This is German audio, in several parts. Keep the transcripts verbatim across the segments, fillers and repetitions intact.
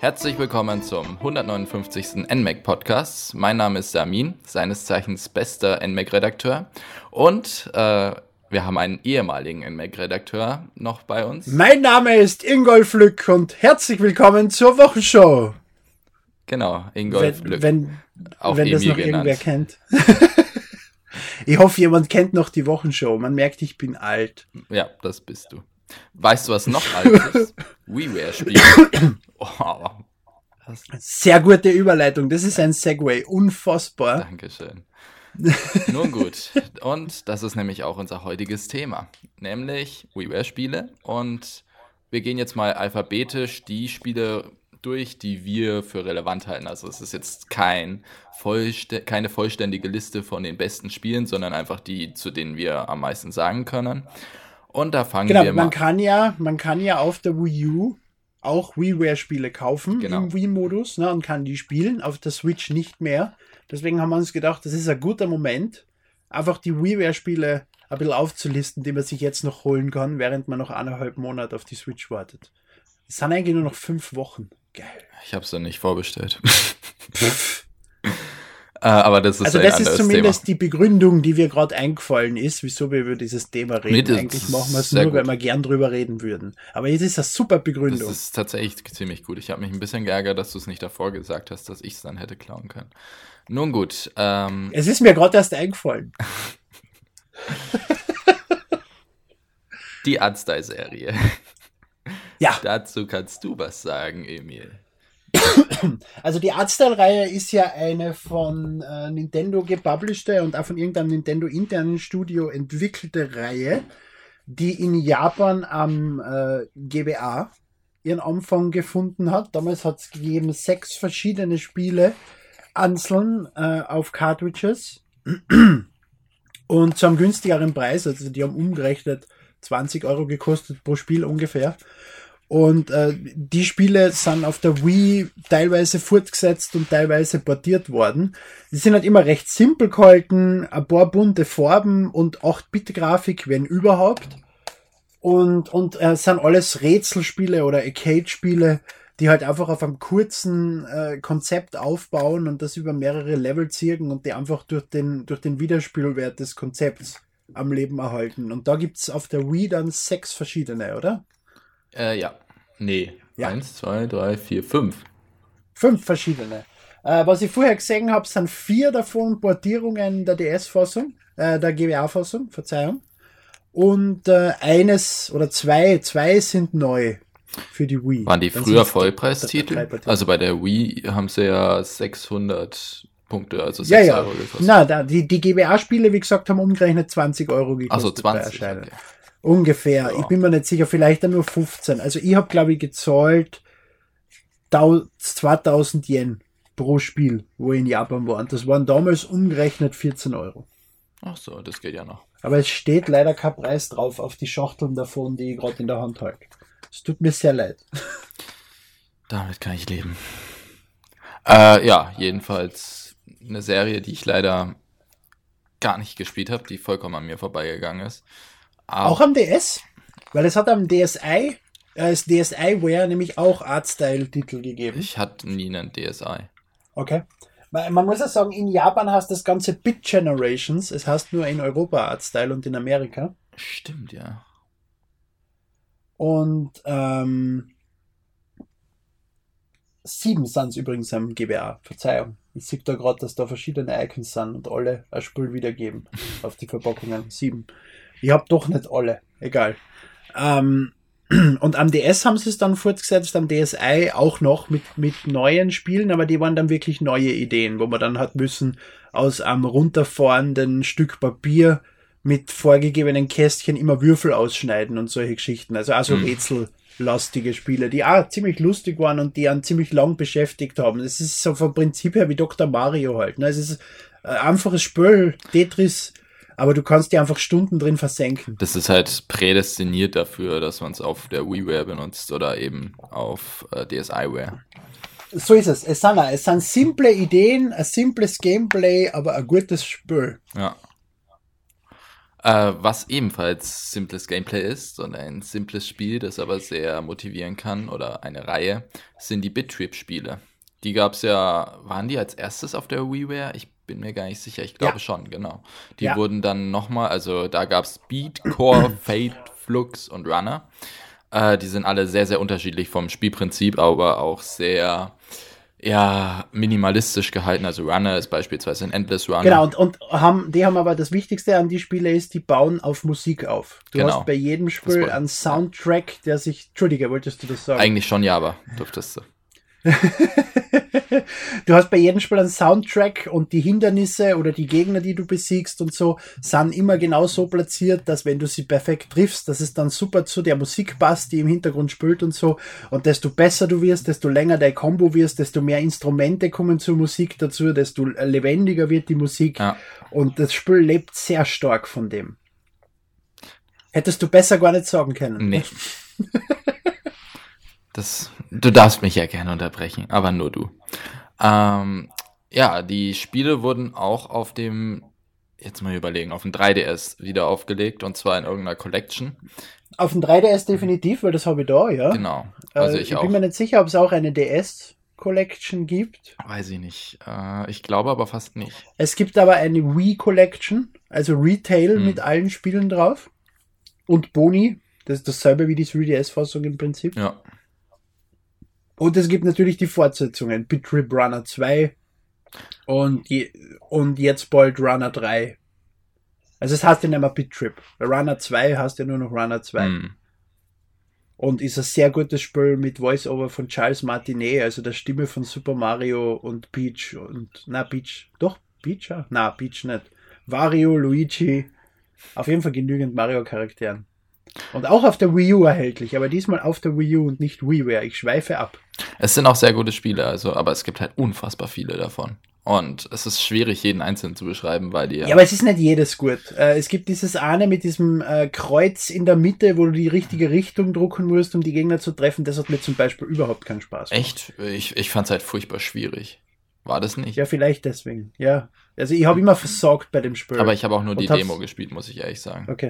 Herzlich willkommen zum hundertneunundfünfzigsten N M A C Podcast. Mein Name ist Samin, seines Zeichens bester N M A C-Redakteur. Und äh, wir haben einen ehemaligen N M A C-Redakteur noch bei uns. Mein Name ist Ingolf Lück und herzlich willkommen zur Wochenshow. Genau, Ingolf wenn, Lück. Wenn, auch wenn das noch genannt. Irgendwer kennt. Ich hoffe, jemand kennt noch die Wochenshow. Man merkt, ich bin alt. Ja, das bist du. Weißt du, was noch alt ist? WiiWare-Spiele. Oh, sehr gute Überleitung. Das ist ein Segway. Unfassbar. Dankeschön. Nun gut. Und das ist nämlich auch unser heutiges Thema. Nämlich WiiWare-Spiele. Und wir gehen jetzt mal alphabetisch die Spiele durch, die wir für relevant halten. Also es ist jetzt kein vollstä- keine vollständige Liste von den besten Spielen, sondern einfach die, zu denen wir am meisten sagen können. Und da fangen genau, wir mal man kann ja, man kann ja auf der Wii U auch WiiWare-Spiele kaufen, genau. im Wii-Modus, ne, und kann die spielen, auf der Switch nicht mehr. Deswegen haben wir uns gedacht, das ist ein guter Moment, einfach die WiiWare-Spiele ein bisschen aufzulisten, die man sich jetzt noch holen kann, während man noch eineinhalb Monate auf die Switch wartet. Es sind eigentlich nur noch fünf Wochen. Geil. Ich habe es dann nicht vorbestellt. äh, aber das ist also ein das anderes ist zumindest Thema. Die Begründung, die mir gerade eingefallen ist, wieso wir über dieses Thema reden. Nee, das Eigentlich machen wir es ist sehr nur, weil gut. wir gern drüber reden würden. Aber jetzt ist das super Begründung. Das ist tatsächlich ziemlich gut. Ich habe mich ein bisschen geärgert, dass du es nicht davor gesagt hast, dass ich es dann hätte klauen können. Nun gut. Ähm, es ist mir gerade erst eingefallen. die Artstyle-Serie. Ja. Dazu kannst du was sagen, Emil. Also die Artstyle-Reihe ist ja eine von äh, Nintendo gepublishte und auch von irgendeinem Nintendo-internen Studio entwickelte Reihe, die in Japan am äh, G B A ihren Anfang gefunden hat. Damals hat es gegeben sechs verschiedene Spiele, einzeln äh, auf Cartridges und zu einem günstigeren Preis. Also die haben umgerechnet zwanzig Euro gekostet pro Spiel ungefähr. Und äh, die Spiele sind auf der Wii teilweise fortgesetzt und teilweise portiert worden. Die sind halt immer recht simpel gehalten, ein paar bunte Farben und acht Bit Grafik, wenn überhaupt. Und, und äh, sind alles Rätselspiele oder Arcade-Spiele, die halt einfach auf einem kurzen äh, Konzept aufbauen und das über mehrere Level ziehen und die einfach durch den, durch den Wiederspielwert des Konzepts am Leben erhalten. Und da gibt's auf der Wii dann sechs verschiedene, oder? Äh, ja. Nee. Ja. Eins, zwei, drei, vier, fünf. Fünf verschiedene. Äh, was ich vorher gesehen habe, sind vier davon Portierungen der D S-Fassung, äh, der G B A-Fassung, Verzeihung. Und äh, eines oder zwei, zwei sind neu für die Wii. Waren die Dann früher sind's Vollpreistitel? drei Portierungen. Also bei der Wii haben sie ja sechshundert Punkte, also Ja, sechs ja. Euro gekostet. Na, da, die, die G B A-Spiele, wie gesagt, haben umgerechnet zwanzig Euro gekostet. Achso, bei zwanzig. Erscheinen. Okay. Ungefähr. Ja. Ich bin mir nicht sicher, vielleicht dann nur fünfzehn. Also ich habe, glaube ich, gezahlt zweitausend Yen pro Spiel, wo ich in Japan war. Und das waren damals umgerechnet vierzehn Euro. Ach so, das geht ja noch. Aber es steht leider kein Preis drauf auf die Schachteln davon, die ich gerade in der Hand halte. Es tut mir sehr leid. Damit kann ich leben. Äh, ja, jedenfalls eine Serie, die ich leider gar nicht gespielt habe, die vollkommen an mir vorbeigegangen ist. Aber Auch am D S? Weil es hat am D S i, äh, das D S iWare nämlich auch Artstyle-Titel gegeben. ich hatte nie einen D S i. Okay. Man man muss ja sagen, in Japan heißt das ganze Bit Generations. Es heißt nur in Europa Artstyle und in Amerika. Stimmt, ja. Und ähm, sieben sind es übrigens am G B A. Verzeihung. Ich sehe da gerade, dass da verschiedene Icons sind und alle ein Spiel wiedergeben auf die Verpackungen. Sieben. Ich habe doch nicht alle. Egal. Ähm, und am D S haben sie es dann fortgesetzt, am D S i auch noch mit, mit neuen Spielen, aber die waren dann wirklich neue Ideen, wo man dann hat müssen aus einem runterfahrenden Stück Papier mit vorgegebenen Kästchen immer Würfel ausschneiden und solche Geschichten. Also also Mhm. rätsellastige Spiele, die auch ziemlich lustig waren und die einen ziemlich lang beschäftigt haben. Es ist so vom Prinzip her wie Doktor Mario halt. Ne? Es ist ein einfaches Spiel, Tetris, aber du kannst die einfach Stunden drin versenken. Das ist halt prädestiniert dafür, dass man es auf der WiiWare benutzt oder eben auf äh, D S iWare. So ist es. Es sind, auch- es sind simple Ideen, ein simples Gameplay, aber ein gutes Spiel. Ja. Äh, was ebenfalls simples Gameplay ist und ein simples Spiel, das aber sehr motivieren kann, oder eine Reihe, sind die Bit-Trip-Spiele. Die gab es ja, waren die als erstes auf der WiiWare? Ich bin mir gar nicht sicher, ich glaube Ja. schon, genau. Die Ja. wurden dann nochmal, also da gab es Beat, Core, Fate, Flux und Runner. Äh, die sind alle sehr, sehr unterschiedlich vom Spielprinzip, aber auch sehr, ja, minimalistisch gehalten. Also Runner ist beispielsweise ein Endless Runner. Genau, und, und haben, die haben aber das Wichtigste an die Spiele ist, die bauen auf Musik auf. Du Genau. hast bei jedem Das Spiel war- einen Soundtrack, der sich, Entschuldige, wolltest du das sagen? Eigentlich schon, ja, aber durftest du. Du hast bei jedem Spiel einen Soundtrack und die Hindernisse oder die Gegner, die du besiegst und so, sind immer genau so platziert, dass wenn du sie perfekt triffst, dass es dann super zu der Musik passt, die im Hintergrund spielt und so. Und desto besser du wirst, desto länger dein Combo wirst, desto mehr Instrumente kommen zur Musik dazu, desto lebendiger wird die Musik. Ja. Und das Spiel lebt sehr stark von dem. Hättest du besser gar nicht sagen können. Nee. Das, du darfst mich ja gerne unterbrechen, aber nur du. Ähm, ja, die Spiele wurden auch auf dem, jetzt mal überlegen, auf dem drei D S wieder aufgelegt und zwar in irgendeiner Collection. Auf dem drei D S definitiv, weil das habe ich da, ja. Genau. Also Äh, ich ich auch. bin mir nicht sicher, ob es auch eine D S-Collection gibt. Weiß ich nicht. Äh, ich glaube aber fast nicht. Es gibt aber eine Wii Collection, also Retail Hm. mit allen Spielen drauf. Und Boni, das ist dasselbe wie die drei D S-Fassung im Prinzip. Ja. Und es gibt natürlich die Fortsetzungen, Bit Trip Runner zwei und, je, und jetzt bald Runner drei. Also es heißt ja nicht mehr Bit Trip. Runner zwei heißt ja nur noch Runner zwei. Hm. Und ist ein sehr gutes Spiel mit Voice-Over von Charles Martinet, also der Stimme von Super Mario und Peach und, na Peach, doch, Peach, ja? Na, Peach nicht. Wario, Luigi, auf jeden Fall genügend Mario-Charakteren. Und auch auf der Wii U erhältlich, aber diesmal auf der Wii U und nicht WiiWare. Ich schweife ab. Es sind auch sehr gute Spiele, also, aber es gibt halt unfassbar viele davon. Und es ist schwierig, jeden einzelnen zu beschreiben, weil die Ja, aber es ist nicht jedes gut. Äh, es gibt dieses eine mit diesem äh, Kreuz in der Mitte, wo du die richtige Richtung drucken musst, um die Gegner zu treffen. Das hat mir zum Beispiel überhaupt keinen Spaß gemacht. echt, ich, ich fand es halt furchtbar schwierig. War das nicht? Ja, vielleicht deswegen. Ja. Also ich habe immer versagt bei dem Spiel. Aber ich habe auch nur die Und hab's- Demo gespielt, muss ich ehrlich sagen. Okay.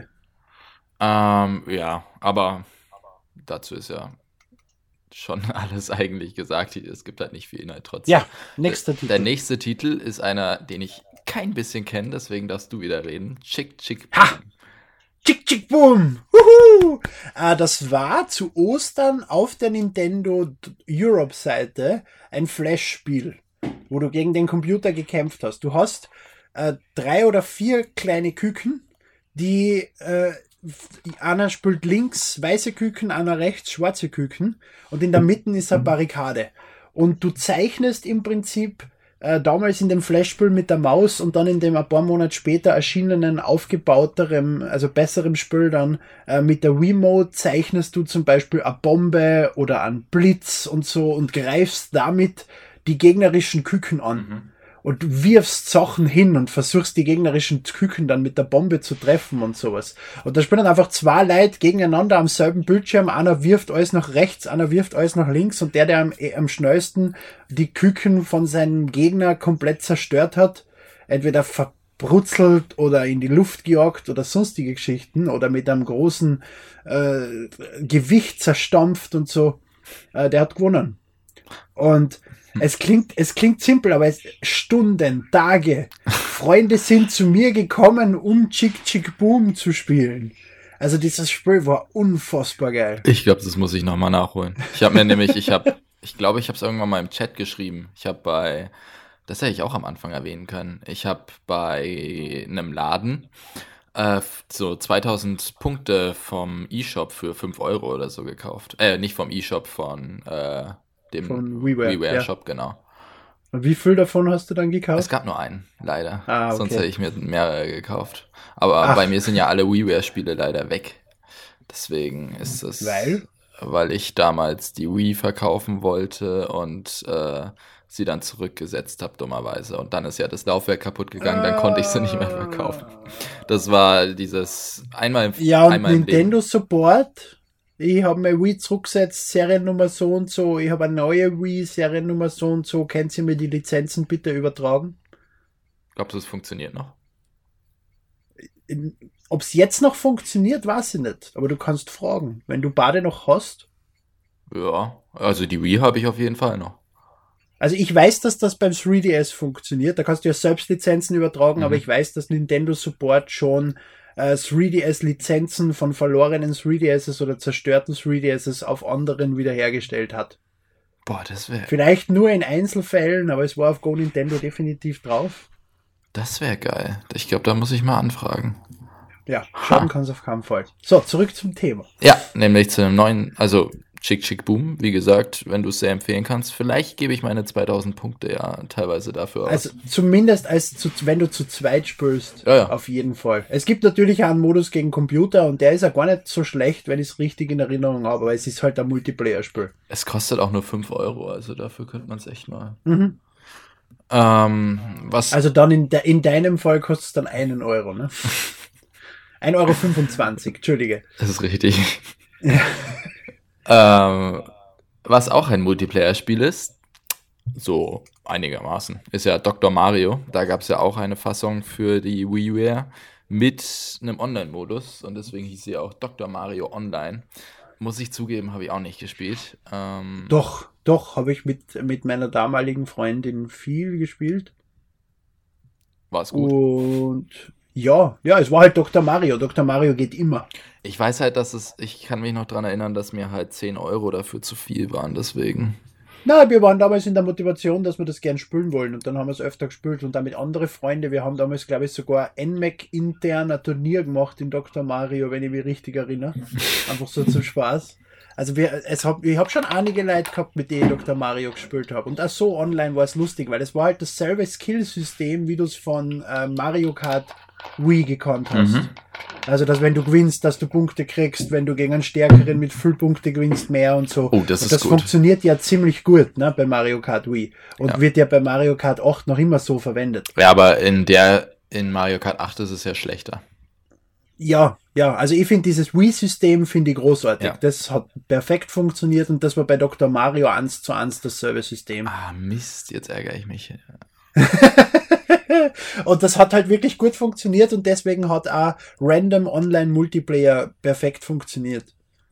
Ähm, ja, aber dazu ist ja schon alles eigentlich gesagt. Es gibt halt nicht viel Inhalt trotzdem. Ja, nächster Der Titel. nächste Titel ist einer, den ich kein bisschen kenne, deswegen darfst du wieder reden. Chick Chick Ha! Boom. Chick, chick, boom! Wuhu! Äh, das war zu Ostern auf der Nintendo Europe-Seite ein Flash-Spiel, wo du gegen den Computer gekämpft hast. Du hast äh, drei oder vier kleine Küken, die äh, einer spielt links weiße Küken, einer rechts schwarze Küken und in der Mitte ist eine Barrikade. Und du zeichnest im Prinzip äh, damals in dem Flashspiel mit der Maus und dann in dem ein paar Monate später erschienenen aufgebauterem, also besserem Spiel dann äh, mit der Wiimote zeichnest du zum Beispiel eine Bombe oder einen Blitz und so und greifst damit die gegnerischen Küken an. Mhm. Und du wirfst Sachen hin und versuchst die gegnerischen Küken dann mit der Bombe zu treffen und sowas. Und da spielen dann einfach zwei Leute gegeneinander am selben Bildschirm. Einer wirft alles nach rechts, einer wirft alles nach links und der, der am, am schnellsten die Küken von seinem Gegner komplett zerstört hat, entweder verbrutzelt oder in die Luft gejagt oder sonstige Geschichten oder mit einem großen äh, Gewicht zerstampft und so, äh, der hat gewonnen. Und es klingt, es klingt simpel, aber es Stunden, Tage. Freunde sind zu mir gekommen, um Chick Chick Boom zu spielen. Also dieses Spiel war unfassbar geil. Ich glaube, das muss ich nochmal nachholen. Ich habe mir nämlich, ich habe, ich glaube, ich habe es irgendwann mal im Chat geschrieben. Ich habe bei, das hätte ich auch am Anfang erwähnen können. Ich habe bei einem Laden äh, so zweitausend Punkte vom eShop für fünf Euro oder so gekauft. Äh, nicht vom eShop, von äh, dem Von WiiWare, ja. Shop, genau. Und wie viel davon hast du dann Es gekauft? gab nur einen, leider. Ah, okay. Sonst hätte ich mir mehrere gekauft. Aber Ach. bei mir sind ja alle WiiWare-Spiele leider weg. Deswegen ist es, Weil? weil ich damals die Wii verkaufen wollte und äh, sie dann zurückgesetzt habe, dummerweise. Und dann ist ja das Laufwerk kaputt gegangen, dann konnte ich sie nicht mehr verkaufen. Das war dieses einmal, Ja, und einmal im Leben. Nintendo Support. Ich habe meine Wii zurückgesetzt, Seriennummer so und so. Ich habe eine neue Wii, Seriennummer so und so. Können Sie mir die Lizenzen bitte übertragen? Glaubst du, es funktioniert noch? Ob es jetzt noch funktioniert, weiß ich nicht. Aber du kannst fragen. Wenn du beide noch hast. Ja, also die Wii habe ich auf jeden Fall noch. Also ich weiß, dass das beim drei D S funktioniert. Da kannst du ja selbst Lizenzen übertragen, mhm. aber ich weiß, dass Nintendo Support schon äh, drei D S-Lizenzen von verlorenen drei D Ss oder zerstörten drei D Ss auf anderen wiederhergestellt hat. Boah, das wäre... Vielleicht nur in Einzelfällen, aber es war auf Go Nintendo definitiv drauf. Das wäre geil. Ich glaube, da muss ich mal anfragen. Ja, schaden kann es auf keinen Fall. So, zurück zum Thema. Ja, nämlich zu einem neuen, also Chick Chick Boom, wie gesagt, wenn du es sehr empfehlen kannst. Vielleicht gebe ich meine zweitausend Punkte ja teilweise dafür aus. Also zumindest als zu, wenn du zu zweit spielst, ja, ja. Auf jeden Fall. Es gibt natürlich auch einen Modus gegen Computer und der ist ja gar nicht so schlecht, wenn ich es richtig in Erinnerung habe, aber es ist halt ein Multiplayer-Spiel. Es kostet auch nur fünf Euro, also dafür könnte man es echt mal... Mhm. Ähm, was? Also dann in, de, in deinem Fall kostet es dann einen Euro, ne? ein Euro fünfundzwanzig, Entschuldige. Das ist richtig. Ja. ähm, was auch ein Multiplayer-Spiel ist, so einigermaßen, ist ja Doktor Mario. Da gab es ja auch eine Fassung für die WiiWare mit einem Online-Modus und deswegen hieß sie auch Doktor Mario Online. Muss ich zugeben, habe ich auch nicht gespielt. Ähm, doch, doch, habe ich mit, mit meiner damaligen Freundin viel gespielt. War es gut? Und ja, ja, es war halt Doktor Mario. Doktor Mario geht immer. Ich weiß halt, dass es, ich kann mich noch dran erinnern, dass mir halt zehn Euro dafür zu viel waren, deswegen. Na, wir waren damals in der Motivation, dass wir das gern spielen wollen und dann haben wir es öfter gespielt und damit andere Freunde. Wir haben damals, glaube ich, sogar N M A C intern ein Turnier gemacht in Doktor Mario, wenn ich mich richtig erinnere. Einfach so zum Spaß. Also wir, es hab, ich habe schon einige Leute gehabt, mit denen ich Doktor Mario gespielt habe. Und auch so online war es lustig, weil es war halt dasselbe Skillsystem, wie du es von äh, Mario Kart Wii gekannt hast. Mhm. Also, dass wenn du gewinnst, dass du Punkte kriegst, wenn du gegen einen Stärkeren mit Füllpunkte gewinnst, mehr und so. Oh, das und ist das gut. funktioniert ja ziemlich gut, ne, bei Mario Kart Wii. Und ja. wird ja bei Mario Kart acht noch immer so verwendet. Ja, aber in der, in Mario Kart acht ist es ja schlechter. Ja, ja, also ich finde dieses Wii-System finde ich großartig. Ja. Das hat perfekt funktioniert und das war bei Doktor Mario eins zu eins dasselbe System. Ah, Mist, jetzt ärgere ich mich. Und das hat halt wirklich gut funktioniert und deswegen hat auch Random Online Multiplayer perfekt funktioniert.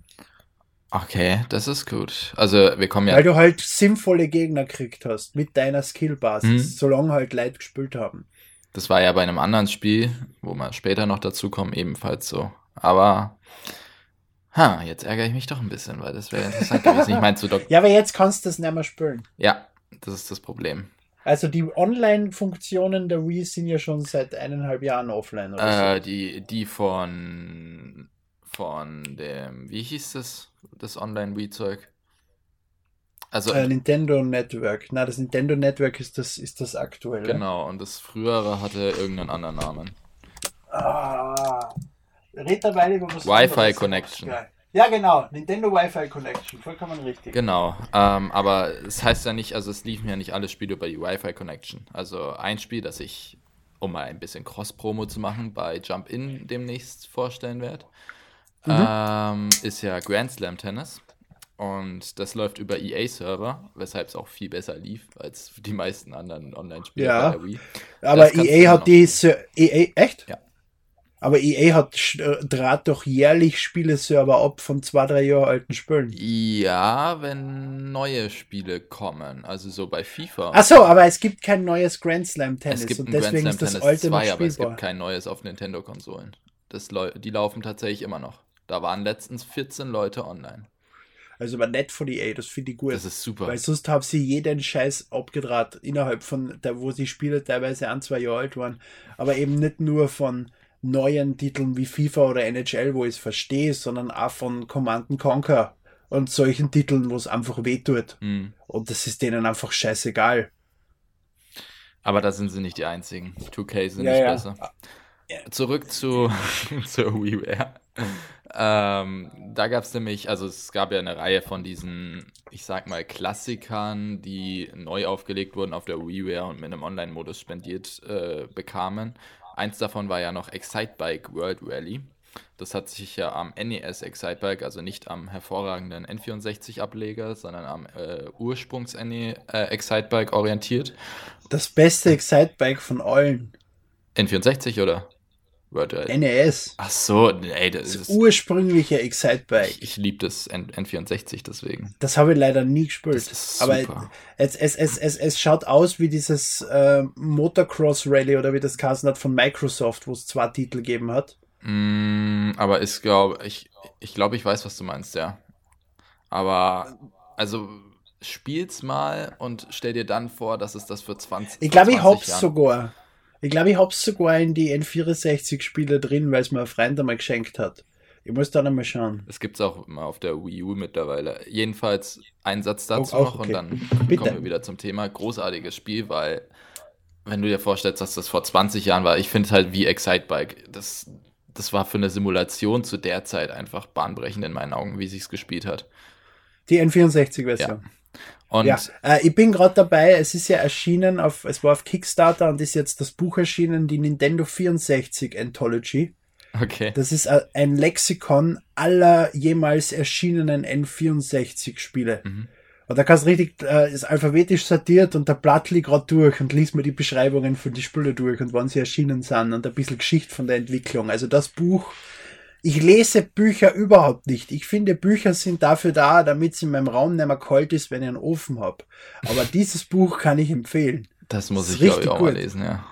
Okay, das ist gut. Also wir kommen ja... Weil du halt sinnvolle Gegner gekriegt hast mit deiner Skillbasis, mhm. solange halt Leute gespielt haben. Das war ja bei einem anderen Spiel, wo wir später noch dazu kommen, ebenfalls so. Aber, ha, jetzt ärgere ich mich doch ein bisschen, weil das wäre interessant gewesen. Ich meine, zu Dok- Ja, aber jetzt kannst du das nicht mehr spielen. Ja, das ist das Problem. Also die Online-Funktionen der Wii sind ja schon seit eineinhalb Jahren offline, oder Äh, so. die, die von, von dem, wie hieß das, das Online-Wii-Zeug? Also, äh, Nintendo Network. Na, das Nintendo Network ist das, ist das aktuelle. Genau, und das frühere hatte irgendeinen anderen Namen. Ah, red dabei über was Wi-Fi Connection. Ja, genau, Nintendo Wi-Fi Connection, vollkommen richtig. Genau, ähm, aber es heißt ja nicht, also es liefen ja nicht alle Spiele über die Wi-Fi Connection. Also ein Spiel, das ich, um mal ein bisschen Cross-Promo zu machen, bei Jump In demnächst vorstellen werde, mhm. ähm, ist ja Grand Slam Tennis. Und das läuft über E A-Server, weshalb es auch viel besser lief als die meisten anderen Online-Spiele ja, bei der Wii. Aber E A hat die... Ser- E A, echt? Ja. Aber E A hat draht doch jährlich Spieleserver ab von zwei, drei Jahre alten Spielen. Ja, wenn neue Spiele kommen, also so bei FIFA. Ach so, aber es gibt kein neues Grand Slam Tennis es gibt und ein deswegen Grand Slam ist das Tennis alte zwei, noch spielbar. Aber es gibt kein neues auf Nintendo-Konsolen. Das lau- die laufen tatsächlich immer noch. Da waren letztens vierzehn Leute online. Also aber nett von E A, das finde ich gut. Das ist super. Weil sonst haben sie jeden Scheiß abgedraht, innerhalb von, der, wo die Spiele teilweise ein, zwei Jahre alt waren. Aber eben nicht nur von neuen Titeln wie FIFA oder N H L, wo ich es verstehe, sondern auch von Command and Conquer und solchen Titeln, wo es einfach wehtut. Mhm. Und das ist denen einfach scheißegal. Aber da sind sie nicht die einzigen. zwei K sind ja, nicht ja. besser. Zurück zu zur WiiWare. Ähm, da gab es nämlich, also es gab ja eine Reihe von diesen, ich sag mal, Klassikern, die neu aufgelegt wurden auf der WiiWare und mit einem Online-Modus spendiert äh, bekamen. Eins davon war ja noch Excitebike World Rally. Das hat sich ja am N E S Excitebike, also nicht am hervorragenden N vierundsechzig-Ableger, sondern am äh, Ursprungs-N E äh, Excitebike orientiert. Das beste Excitebike von allen. N vierundsechzig oder? World Rally. N E S. Ach so, ey, das, Das ist... ursprüngliche Excite-Bike. Ich, ich liebe das N vierundsechzig deswegen. Das habe ich leider nie gespielt. Das ist aber super. es, es, es, es, es schaut aus wie dieses äh, Motocross Rally oder wie das geheißen hat von Microsoft, wo es zwei Titel gegeben hat. Mm, aber ich glaube, ich, ich glaube, ich weiß, was du meinst, ja. Aber, also, spiel's mal und stell dir dann vor, dass es das für zwanzig Ich glaube, ich zwanzig hab's Jahren- sogar. Ich glaube, ich hab's sogar in die N vierundsechzig Spiele drin, weil es mir ein Freund einmal geschenkt hat. Ich muss da nochmal schauen. Es gibt's auch immer auf der Wii U mittlerweile. Jedenfalls ein Satz dazu Oh, auch noch okay. und dann Bitte. kommen wir wieder zum Thema. Großartiges Spiel, weil, wenn du dir vorstellst, dass das vor zwanzig Jahren war, ich finde halt wie Excitebike, das, das war für eine Simulation zu der Zeit einfach bahnbrechend in meinen Augen, wie sich's gespielt hat. Die N vierundsechzig-Version. Und Ja, äh, ich bin gerade dabei, es ist ja erschienen, auf, es war auf Kickstarter und ist jetzt das Buch erschienen, die Nintendo vierundsechzig Anthology. okay. Das ist äh, ein Lexikon aller jemals erschienenen N vierundsechzig Spiele. Mhm. Und da kannst du richtig, äh, ist alphabetisch sortiert und da blattli gerade durch und liest mir die Beschreibungen von die Spiele durch und wann sie erschienen sind und ein bisschen Geschichte von der Entwicklung. Also das Buch, ich lese Bücher überhaupt nicht. Ich finde, Bücher sind dafür da, damit es in meinem Raum nicht mehr kalt ist, wenn ich einen Ofen habe. Aber dieses Buch kann ich empfehlen. Das muss Das ich, ist glaube ich, richtig auch mal gut. lesen, ja.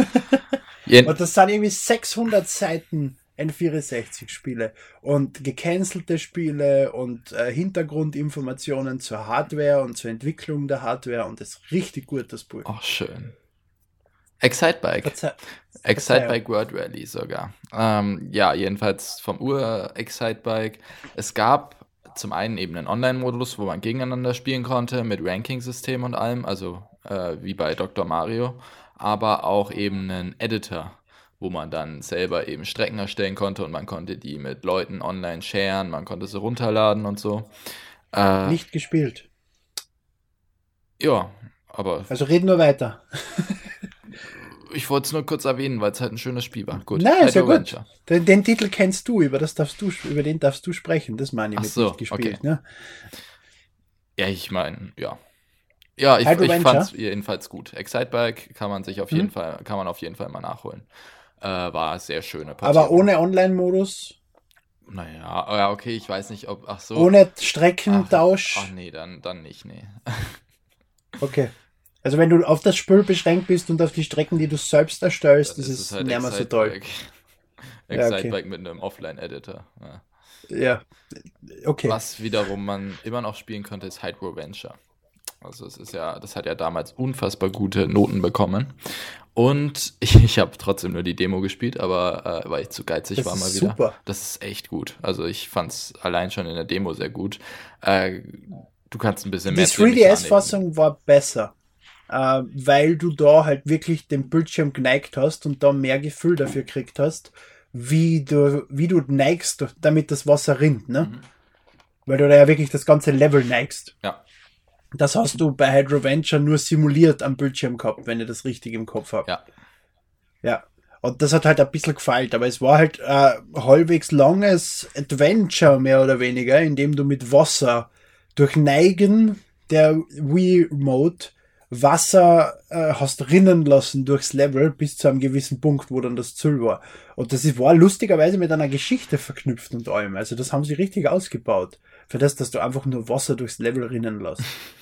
Jeden, Und das sind irgendwie sechshundert Seiten N vierundsechzig Spiele und gecancelte Spiele und äh, Hintergrundinformationen zur Hardware und zur Entwicklung der Hardware und das ist richtig gut, das Buch. oh, schön. Excitebike. Verze Excitebike World Rally sogar. Ähm, ja, jedenfalls vom Ur-Excitebike. Es gab zum einen eben einen Online-Modus, wo man gegeneinander spielen konnte, mit Ranking-System und allem, also äh, wie bei Doktor Mario, aber auch eben einen Editor, wo man dann selber eben Strecken erstellen konnte und man konnte die mit Leuten online sharen, man konnte sie runterladen und so. Äh, Nicht gespielt. ja, aber Also red nur weiter. ich wollte es nur kurz erwähnen, weil es halt ein schönes Spiel war. Gut, Nein, ist ja Hydro gut. Venture. Den, den Titel kennst du, über das darfst du, über den darfst du sprechen. Das meine ich Ach mit so, nicht gespielt. okay. Ne? Ja, ich meine, ja. Ja, ich, Hydro ich Venture? fand es jedenfalls gut. Excitebike kann man sich auf jeden Mhm. Fall, kann man auf jeden Fall mal nachholen. Äh, war eine sehr schöne Aber ohne Online-Modus, Naja, ja, okay, ich weiß nicht, ob. Ach so. ohne Ach, Streckentausch. ach nee, dann, dann nicht, nee. Okay. Also wenn du auf das Spiel beschränkt bist und auf die Strecken, die du selbst erstellst, ist es halt nicht mehr so toll. Excitebike. Ja, okay. Excitebike mit einem Offline-Editor. Ja. Ja, okay. Was wiederum man immer noch spielen konnte, ist Hydro Venture. Also es ist ja, das hat ja damals unfassbar gute Noten bekommen. Und ich, ich habe trotzdem nur die Demo gespielt, aber äh, weil ich zu geizig Das war mal ist wieder. super. Das ist echt gut. Also ich fand es allein schon in der Demo sehr gut. Äh, du kannst ein bisschen Die mehr zu den drei D S-Fassung war besser, äh, weil du da halt wirklich den Bildschirm geneigt hast und da mehr Gefühl dafür gekriegt hast, wie du, wie du neigst, damit das Wasser rinnt, ne? Mhm. Weil du da ja wirklich das ganze Level neigst. Ja. Das hast du bei Hydro Venture nur simuliert am Bildschirm gehabt, wenn ich das richtig im Kopf habe. Ja. Ja. Und das hat halt ein bisschen gefeilt, aber es war halt ein halbwegs langes Adventure, mehr oder weniger, in dem du mit Wasser durch Neigen der Wii-Mode Wasser äh, hast rinnen lassen durchs Level bis zu einem gewissen Punkt, wo dann das Ziel war. Und das ist, war lustigerweise mit einer Geschichte verknüpft und allem. Also das haben sie richtig ausgebaut. Für das, dass du einfach nur Wasser durchs Level rinnen lässt.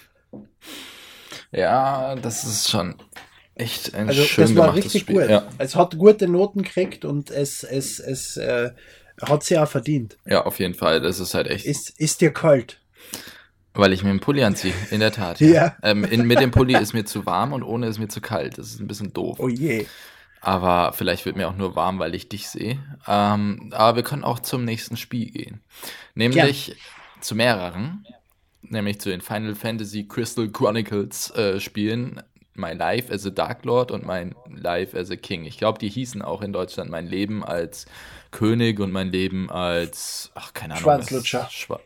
Ja, das ist schon echt ein Also schön das war gemachtes richtig Spiel. gut. Ja. Es hat gute Noten gekriegt und es, es, es äh, hat sie auch verdient. ja, auf jeden Fall. Das ist halt echt. Ist, ist dir kalt? Weil ich mir einen Pulli anziehe, in der Tat. Ja. Ähm, in, mit dem Pulli ist mir zu warm und ohne ist mir zu kalt. Das ist ein bisschen doof. Oh je. Aber vielleicht wird mir auch nur warm, weil ich dich sehe. Ähm, aber wir können auch zum nächsten Spiel gehen. Nämlich zu mehreren. Nämlich zu den Final Fantasy Crystal Chronicles äh, Spielen. My Life as a Dark Lord und mein Life as a King. Ich glaube, die hießen auch in Deutschland Mein Leben als König und Mein Leben als, ach, keine Ahnung. Schwanzlutscher. Schwa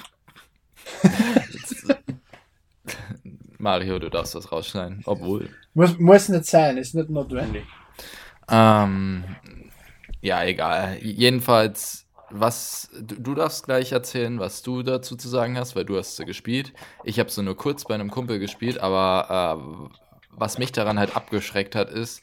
Mario, du darfst das rausschneiden. Obwohl. Muss, muss nicht sein, ist nicht notwendig. Ähm, ja, egal. Jedenfalls, was du, du darfst gleich erzählen, was du dazu zu sagen hast, weil du hast sie gespielt. Ich habe sie nur kurz bei einem Kumpel gespielt, aber äh, was mich daran halt abgeschreckt hat, ist,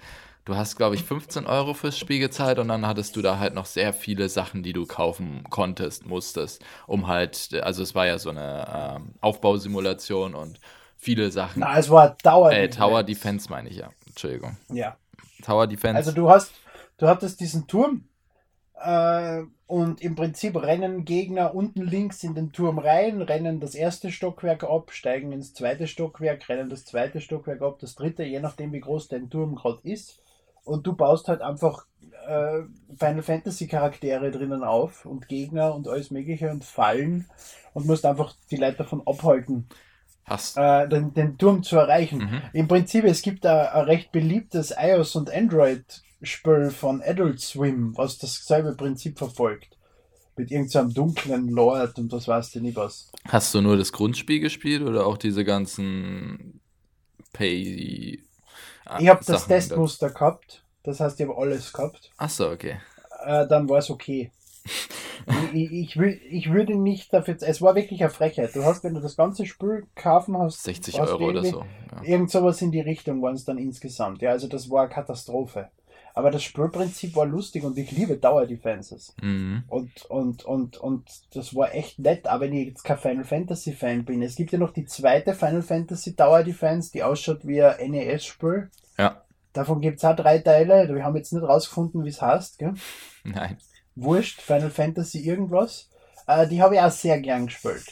du hast, glaube ich, fünfzehn Euro fürs Spiel gezahlt und dann hattest du da halt noch sehr viele Sachen, die du kaufen konntest, musstest, um halt, also es war ja so eine ähm, Aufbausimulation und viele Sachen. Na, es war Tower Äh, Defense. Tower Defense meine ich, ja. Entschuldigung. Ja. Tower Defense. Also du hast, du hattest diesen Turm äh, und im Prinzip rennen Gegner unten links in den Turm rein, rennen das erste Stockwerk ab, steigen ins zweite Stockwerk, rennen das zweite Stockwerk ab, das dritte, je nachdem wie groß dein Turm gerade ist. Und du baust halt einfach äh, Final Fantasy Charaktere drinnen auf und Gegner und alles mögliche und Fallen und musst einfach die Leute davon abhalten, äh, den, den Turm zu erreichen. Mhm. Im Prinzip, es gibt ein, ein recht beliebtes iOS und Android Spiel von Adult Swim, was dasselbe Prinzip verfolgt. Mit irgendeinem dunklen Lord und was weißt du nicht was. Hast du nur das Grundspiel gespielt oder auch diese ganzen Pay... Ich habe das Testmuster gehabt, das heißt, ich habe alles gehabt. Achso, okay. Äh, dann war es okay. ich, ich, ich, will, ich würde nicht dafür... Es war wirklich eine Frechheit. Du hast, wenn du das ganze Spiel kaufen hast... sechzig Euro oder so. Ja. Irgend sowas in die Richtung waren es dann insgesamt. Ja, also das war eine Katastrophe. Aber das Spielprinzip war lustig und ich liebe Tower Defenses. Mhm. Und, und, und, und das war echt nett, aber wenn ich jetzt kein Final Fantasy Fan bin. Es gibt ja noch die zweite Final Fantasy Tower Defense, die ausschaut wie ein N E S-Spiel. Ja. Davon gibt es auch drei Teile. Wir haben jetzt nicht rausgefunden, wie es heißt. Gell? Nein. Wurscht, Final Fantasy irgendwas. Äh, die habe ich auch sehr gern gespielt.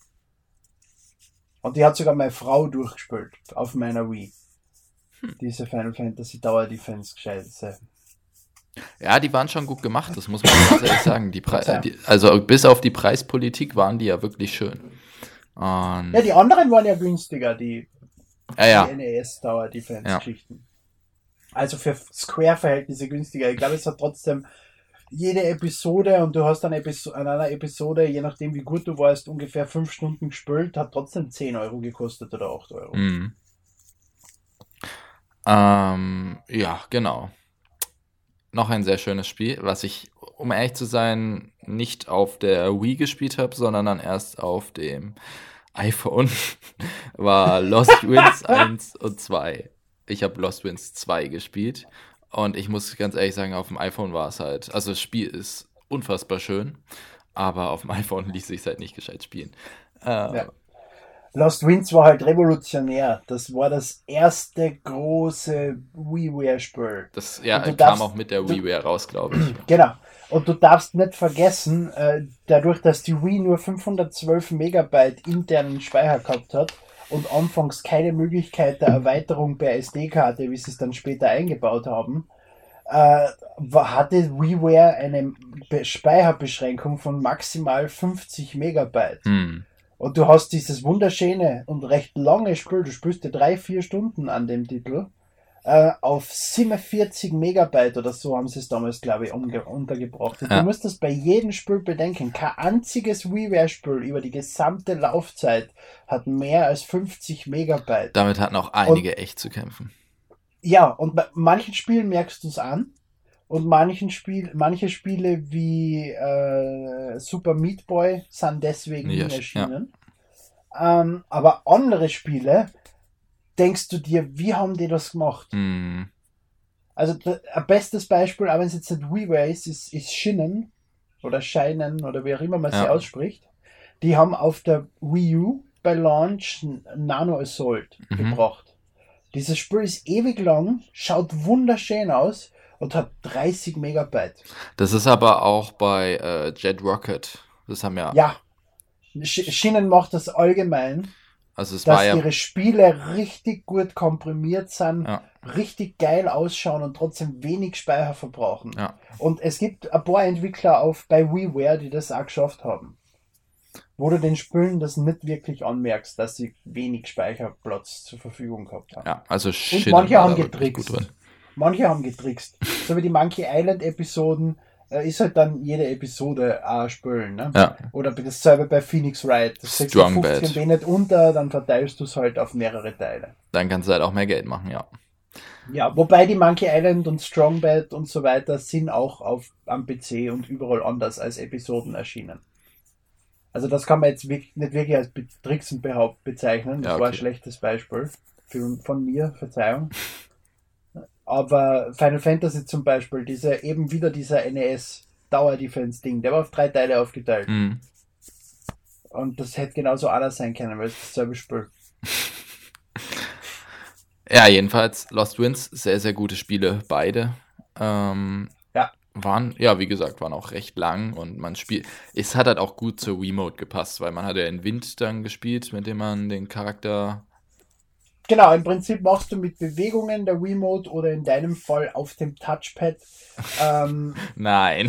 Und die hat sogar meine Frau durchgespielt auf meiner Wii. Diese Final Fantasy Tower Defense Scheiße. Ja, die waren schon gut gemacht, das muss man ganz ehrlich sagen. Die Pre- die, also bis auf die Preispolitik waren die ja wirklich schön. Und ja, die anderen waren ja günstiger, die, ja, ja. die N E S Tower Defense Ja. Geschichten. Also für Square-Verhältnisse günstiger. Ich glaube, es hat trotzdem jede Episode und du hast an, Episo- an einer Episode, je nachdem wie gut du warst, ungefähr fünf Stunden gespielt, hat trotzdem zehn Euro gekostet oder acht Euro. Mhm. Ähm, ja, genau. Noch ein sehr schönes Spiel, was ich, um ehrlich zu sein, nicht auf der Wii gespielt habe, sondern dann erst auf dem iPhone, war Lost Winds eins und zwei. Ich habe Lost Winds zwei gespielt und ich muss ganz ehrlich sagen, auf dem iPhone war es halt, also das Spiel ist unfassbar schön, aber auf dem iPhone ließ sich es halt nicht gescheit spielen. Äh, Ja. Lost Winds war halt revolutionär. Das war das erste große WiiWare-Spiel. Das ja, Und du kam darfst- auch mit der du- WiiWare raus, glaube ich. Genau. Und du darfst nicht vergessen, äh, dadurch, dass die Wii nur fünfhundertzwölf Megabyte internen Speicher gehabt hat und anfangs keine Möglichkeit der Erweiterung per S D-Karte, wie sie es dann später eingebaut haben, äh, war- hatte WiiWare eine Be- Speicherbeschränkung von maximal fünfzig Megabyte. Hm. Und du hast dieses wunderschöne und recht lange Spiel, du spielst ja drei, vier Stunden an dem Titel, äh, auf siebenundvierzig Megabyte oder so haben sie es damals, glaube ich, umge- untergebracht. Und Ja. du musst das bei jedem Spiel bedenken. Kein einziges WiiWare-Spiel über die gesamte Laufzeit hat mehr als fünfzig Megabyte. Damit hatten auch einige echt zu kämpfen. Ja, und bei manchen Spielen merkst du es an. Und manchen Spiel, manche Spiele wie äh, Super Meat Boy sind deswegen Ja, nie erschienen. Ähm, aber andere Spiele, denkst du dir, wie haben die das gemacht? Hm. Also da- ein bestes Beispiel, aber wenn es jetzt nicht WiiWare ist, ist, ist Shinnen oder Shinen oder wie auch immer man sie Ja. ausspricht. Die haben auf der Wii U bei Launch Nano Assault Mhm. gebracht. Dieses Spiel ist ewig lang, schaut wunderschön aus und hat dreißig Megabyte. Das ist aber auch bei äh, Jet Rocket. Das haben ja, Ja, Sch- Shinnen macht das allgemein, also es dass war ja, ihre Spiele richtig gut komprimiert sind, ja, richtig geil ausschauen und trotzdem wenig Speicher verbrauchen. ja. Und es gibt ein paar Entwickler auf bei WiiWare, die das auch geschafft haben. Wo du den Spielen das nicht wirklich anmerkst, dass sie wenig Speicherplatz zur Verfügung gehabt haben. Ja, also Und Shin manche war haben da wirklich getrickst. gut drin. Manche haben getrickst. So wie die Monkey Island Episoden äh, ist halt dann jede Episode auch spielen. Ne? Ja, Oder dasselbe bei Phoenix Wright. Das kriegst du Strong fünfzig Bad. M B nicht unter, dann verteilst du es halt auf mehrere Teile. dann kannst du halt auch mehr Geld machen, ja. Ja, wobei die Monkey Island und Strong Bad und so weiter sind auch auf, am P C und überall anders als Episoden erschienen. Also das kann man jetzt wirklich, nicht wirklich als Be- Tricksen behaupt bezeichnen. Das Ja, war ein okay. schlechtes Beispiel für, von mir, Verzeihung. Aber Final Fantasy zum Beispiel, diese, eben wieder dieser N E S Tower Defense Ding, der war auf drei Teile aufgeteilt. Mhm. Und das hätte genauso anders sein können, weil es dasselbe Spiel. Ja, jedenfalls Lost Winds, sehr, sehr gute Spiele, beide. Ähm, Ja. Waren, ja, wie gesagt, waren auch recht lang und man spielt, es hat halt auch gut zur Wiimote gepasst, weil man hat ja in Wind dann gespielt, mit dem man den Charakter. Genau, im Prinzip machst du mit Bewegungen der Wiimote oder in deinem Fall auf dem Touchpad ähm, Nein.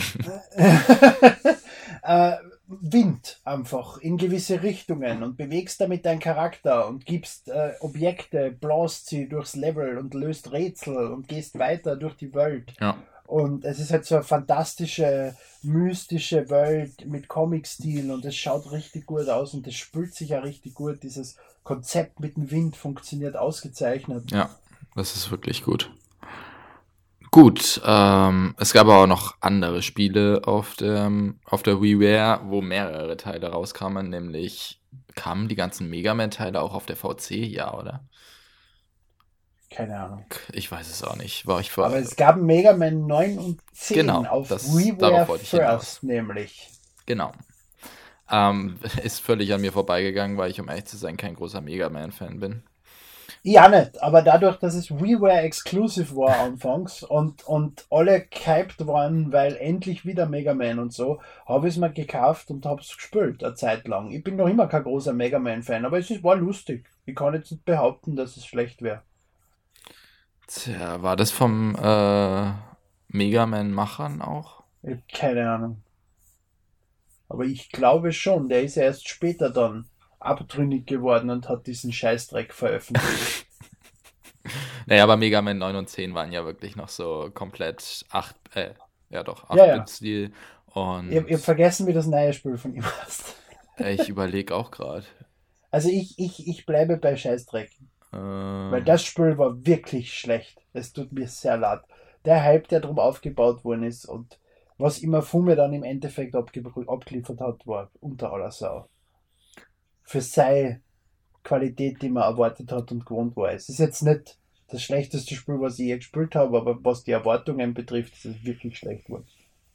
äh, Wind einfach in gewisse Richtungen und bewegst damit deinen Charakter und gibst äh, Objekte, blast sie durchs Level und löst Rätsel und gehst weiter durch die Welt. Ja. Und es ist halt so eine fantastische, mystische Welt mit Comic-Stil und es schaut richtig gut aus und es spült sich ja richtig gut. Dieses Konzept mit dem Wind funktioniert ausgezeichnet. Ja, das ist wirklich gut. Gut, ähm, es gab aber auch noch andere Spiele auf, dem, auf der WiiWare, wo mehrere Teile rauskamen, nämlich kamen die ganzen Mega Man-Teile auch auf der V C, ja, oder? Keine Ahnung. Ich weiß es auch nicht. War ich vor, Aber es gab Mega Man neun und zehn Genau, auf das- WiiWare darauf wollte ich hinaus. First, nämlich. Genau. Ähm, ist völlig an mir vorbeigegangen, weil ich, um ehrlich zu sein, kein großer Mega Man-Fan bin. Ja, nicht, aber dadurch, dass es WiiWare Exclusive war anfangs und, und alle gehypt waren, weil endlich wieder Mega Man und so, habe ich es mir gekauft und habe es gespielt, eine Zeit lang. Ich bin noch immer kein großer Mega Man-Fan, aber es ist, war lustig. Ich kann jetzt nicht behaupten, dass es schlecht wäre. Tja, war das vom äh, Mega Man-Machern auch? Ich habe keine Ahnung. Aber ich glaube schon, der ist ja erst später dann abtrünnig geworden und hat diesen Scheißdreck veröffentlicht. Naja, aber Mega Man neun und zehn waren ja wirklich noch so komplett acht, äh, ja doch, Ja, ja. acht-Bit-Stil. Und Ich, ich habe vergessen, wie das neue Spiel von ihm heißt. ich überlege auch gerade. Also ich, ich, ich bleibe bei Scheißdreck. Äh, Weil das Spiel war wirklich schlecht. Es tut mir sehr leid. Der Hype, der drum aufgebaut worden ist und was immer Fume dann im Endeffekt abge- abgeliefert hat, war unter aller Sau. Für seine Qualität, die man erwartet hat und gewohnt war. Es ist jetzt nicht das schlechteste Spiel, was ich je gespielt habe, aber was die Erwartungen betrifft, ist es wirklich schlecht geworden.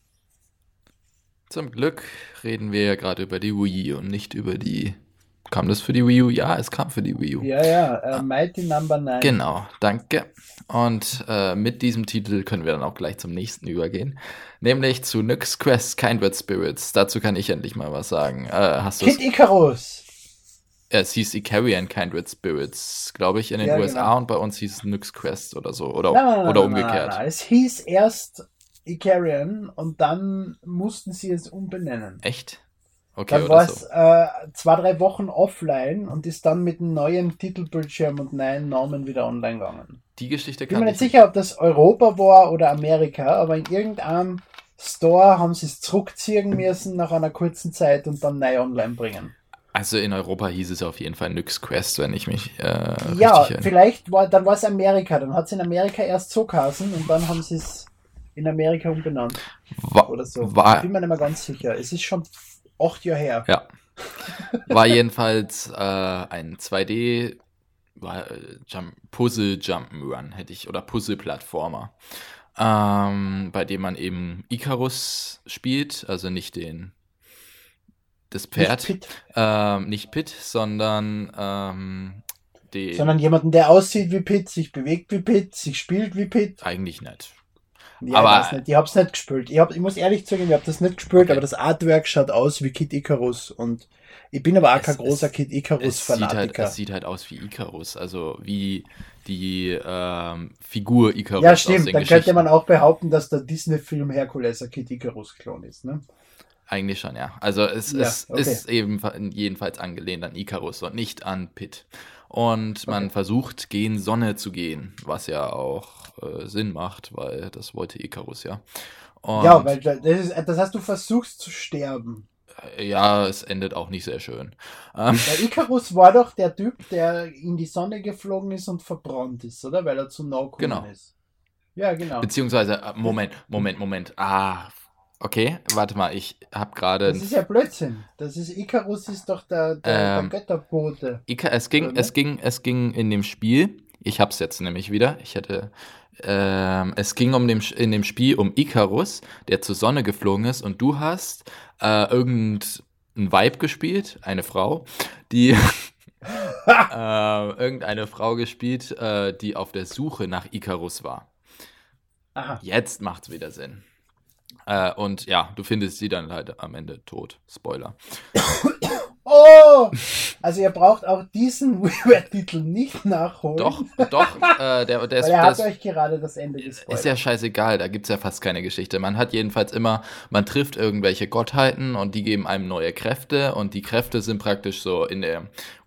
Zum Glück reden wir ja gerade über die Wii und nicht über die. Kam das für die Wii U? Ja, es kam für die Wii U. Ja, ja, äh, Mighty Number nine. Genau, danke. Und äh, mit diesem Titel können wir dann auch gleich zum nächsten übergehen. Nämlich zu Nyx Quest Kindred Spirits. Dazu kann ich endlich mal was sagen. Äh, hast du Kid Icarus! Ja, es hieß Icarian Kindred Spirits, glaube ich, in den Ja, U S A genau. und bei uns hieß es Nyx Quest oder so. Oder, Nein, nein, nein, oder nein, nein, umgekehrt. nein, nein. Es hieß erst Icarian und dann mussten sie es umbenennen. Echt? Okay, Dann oder war so. es äh, zwei, drei Wochen offline und ist dann mit einem neuen Titelbildschirm und neuen Namen wieder online gegangen. Die Geschichte Ich bin kann mir ich nicht sicher, ob das Europa war oder Amerika, aber in irgendeinem Store haben sie es zurückziehen müssen nach einer kurzen Zeit und dann neu online bringen. Also in Europa hieß es auf jeden Fall Nyx Quest, wenn ich mich äh, Ja, richtig erinnere. vielleicht war, dann war es Amerika, dann hat es in Amerika erst so geheißen und dann haben sie es in Amerika umbenannt Wa oder so. Ich war, bin mir nicht mehr ganz sicher. Es ist schon acht Jahre her. ja. War jedenfalls äh, ein zwei D war, äh, Jump, Puzzle Jump'n'Run, hätte ich, oder Puzzle Plattformer. Ähm, bei dem man eben Icarus spielt, also nicht den das Pferd, Nicht Pit, ähm, nicht Pit, sondern ähm, den sondern jemanden, der aussieht wie Pit, sich bewegt wie Pit, sich spielt wie Pit. eigentlich nicht. Ja, Aber- ich weiß nicht, ich hab's nicht gespielt. Ich, hab, ich muss ehrlich sagen, ich hab das nicht gespielt, Okay. aber das Artwork schaut aus wie Kid Icarus und ich bin aber auch Es- kein großer es- Kid Es sieht, halt, Icarus-Fanatiker. es sieht halt aus wie Icarus, also wie die ähm, Figur Icarus Ja, aus stimmt, den dann Geschichten. könnte man auch behaupten, dass der Disney-Film Herkules ein Kid Icarus-Klon ist, ne? Eigentlich schon, ja. Also es, Ja, es okay. ist eben jedenfalls angelehnt an Icarus und nicht an Pit. Und man Okay. versucht, gen Sonne zu gehen, was ja auch äh, Sinn macht, weil das wollte Icarus ja. Und Ja, weil da- das, ist, das heißt, du versuchst zu sterben. äh, ja, es endet auch nicht sehr schön. Ähm, Der Icarus war doch der Typ, der in die Sonne geflogen ist und verbrannt ist, oder? Weil er zu nah gekommen Genau. ist. Ja, genau. beziehungsweise, äh, Moment, Moment, Moment. Ah, okay, warte mal, ich habe gerade. Das ist ja Blödsinn. Das ist, Icarus ist doch der, der, Ähm, der Götterbote. Ica- Es ging, Oder es ging, es ging in dem Spiel Ich hab's jetzt nämlich wieder. Ich hätte, ähm, es ging um dem, in dem Spiel um Icarus, der zur Sonne geflogen ist und du hast äh, irgendein Vibe gespielt, eine Frau, die äh, irgendeine Frau gespielt, äh, die auf der Suche nach Icarus war. Aha. Jetzt macht's wieder Sinn. Äh, und ja, du findest sie dann halt am Ende tot. Spoiler. Oh! Also ihr braucht auch diesen WiiWare-Titel nicht nachholen. Doch, doch, äh, der, der ist, Weil er der hat ist, euch gerade das Ende gespoilert. ist ja scheißegal, da gibt's ja fast keine Geschichte. Man hat jedenfalls immer, man trifft irgendwelche Gottheiten und die geben einem neue Kräfte und die Kräfte sind praktisch so in der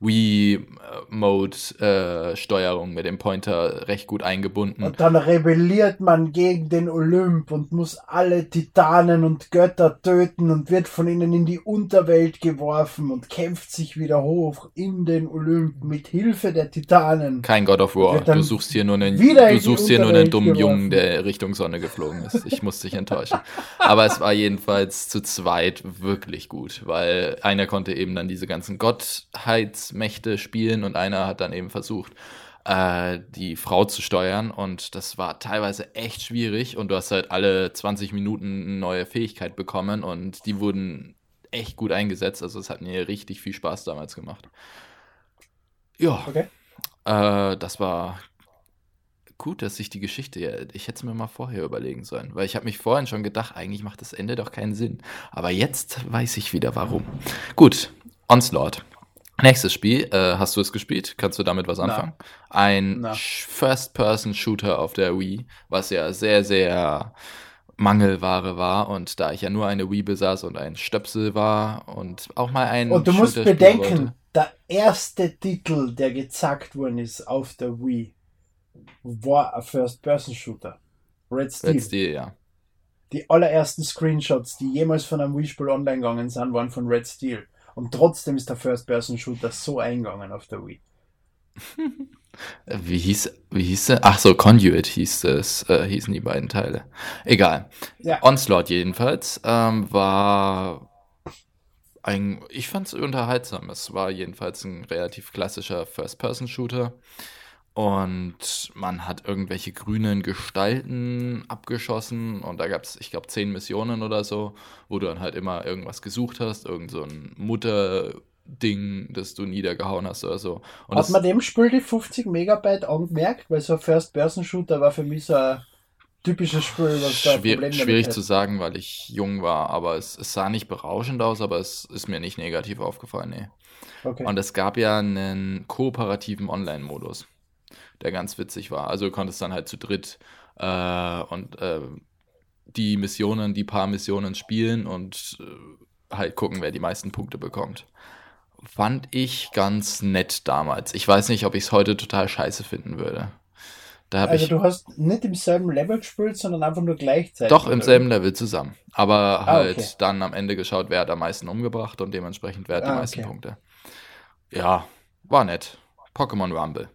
Wii-Mode-Steuerung mit dem Pointer recht gut eingebunden. Und dann rebelliert man gegen den Olymp und muss alle Titanen und Götter töten und wird von ihnen in die Unterwelt geworfen und kämpft sich wieder hoch in den Olymp mit Hilfe der Titanen. Kein God of War, Wird dann du suchst hier nur einen, wieder in du die suchst hier nur einen Unterwelt dummen geworfen. Jungen, der Richtung Sonne geflogen ist. Ich muss dich enttäuschen. Aber es war jedenfalls zu zweit wirklich gut, weil einer konnte eben dann diese ganzen Gottheitsmächte spielen und einer hat dann eben versucht, äh, die Frau zu steuern und das war teilweise echt schwierig und du hast halt alle zwanzig Minuten eine neue Fähigkeit bekommen und die wurden echt gut eingesetzt, also es hat mir richtig viel Spaß damals gemacht. Ja, Okay. äh, das war gut, dass ich die Geschichte, ich hätte es mir mal vorher überlegen sollen, weil ich habe mich vorhin schon gedacht, eigentlich macht das Ende doch keinen Sinn. Aber jetzt weiß ich wieder warum. Gut, Onslaught. Nächstes Spiel, äh, hast du es gespielt? Kannst du damit was Na. anfangen? Ein Na. Sh- First-Person-Shooter auf der Wii, was ja sehr, sehr Mangelware war und da ich ja nur eine Wii besaß und ein Stöpsel war und auch mal ein Und du musst Shooter spielen bedenken, wollte. der erste Titel, der gezackt worden ist auf der Wii, war ein First-Person-Shooter. Red Steel. Red Steel, ja. Die allerersten Screenshots, die jemals von einem Wii-Spiel online gegangen sind, waren von Red Steel. Und trotzdem ist der First-Person-Shooter so eingegangen auf der Wii. Wie hieß, wie hieß der? Ach so, Conduit hieß es, äh, hießen die beiden Teile. Egal. Ja. Onslaught jedenfalls ähm, war ein, ich fand es unterhaltsam. Es war jedenfalls ein relativ klassischer First-Person-Shooter. Und man hat irgendwelche grünen Gestalten abgeschossen und da gab es, ich glaube, zehn Missionen oder so, wo du dann halt immer irgendwas gesucht hast, irgend so ein Mutterding, das du niedergehauen hast oder so. Und Hat das man dem Spiel die fünfzig Megabyte angemerkt? Weil so ein First-Person-Shooter war für mich so ein typisches Spiel, was da ein schwer, Problem damit schwierig hat. zu sagen, weil ich jung war, aber es, es sah nicht berauschend aus, aber es ist mir nicht negativ aufgefallen, nee. Okay. Und es gab ja einen kooperativen Online-Modus, der ganz witzig war. Also du konntest dann halt zu dritt äh, und äh, die Missionen, die paar Missionen spielen und äh, halt gucken, wer die meisten Punkte bekommt. Fand ich ganz nett damals. Ich weiß nicht, ob ich es heute total scheiße finden würde. Da habe Also ich du hast nicht im selben Level gespielt, sondern einfach nur gleichzeitig. doch im oder? selben Level zusammen. Aber Ah, halt okay. dann am Ende geschaut, wer hat am meisten umgebracht und dementsprechend wer hat die Ah, meisten okay. Punkte. Ja, war nett. Pokémon Rumble.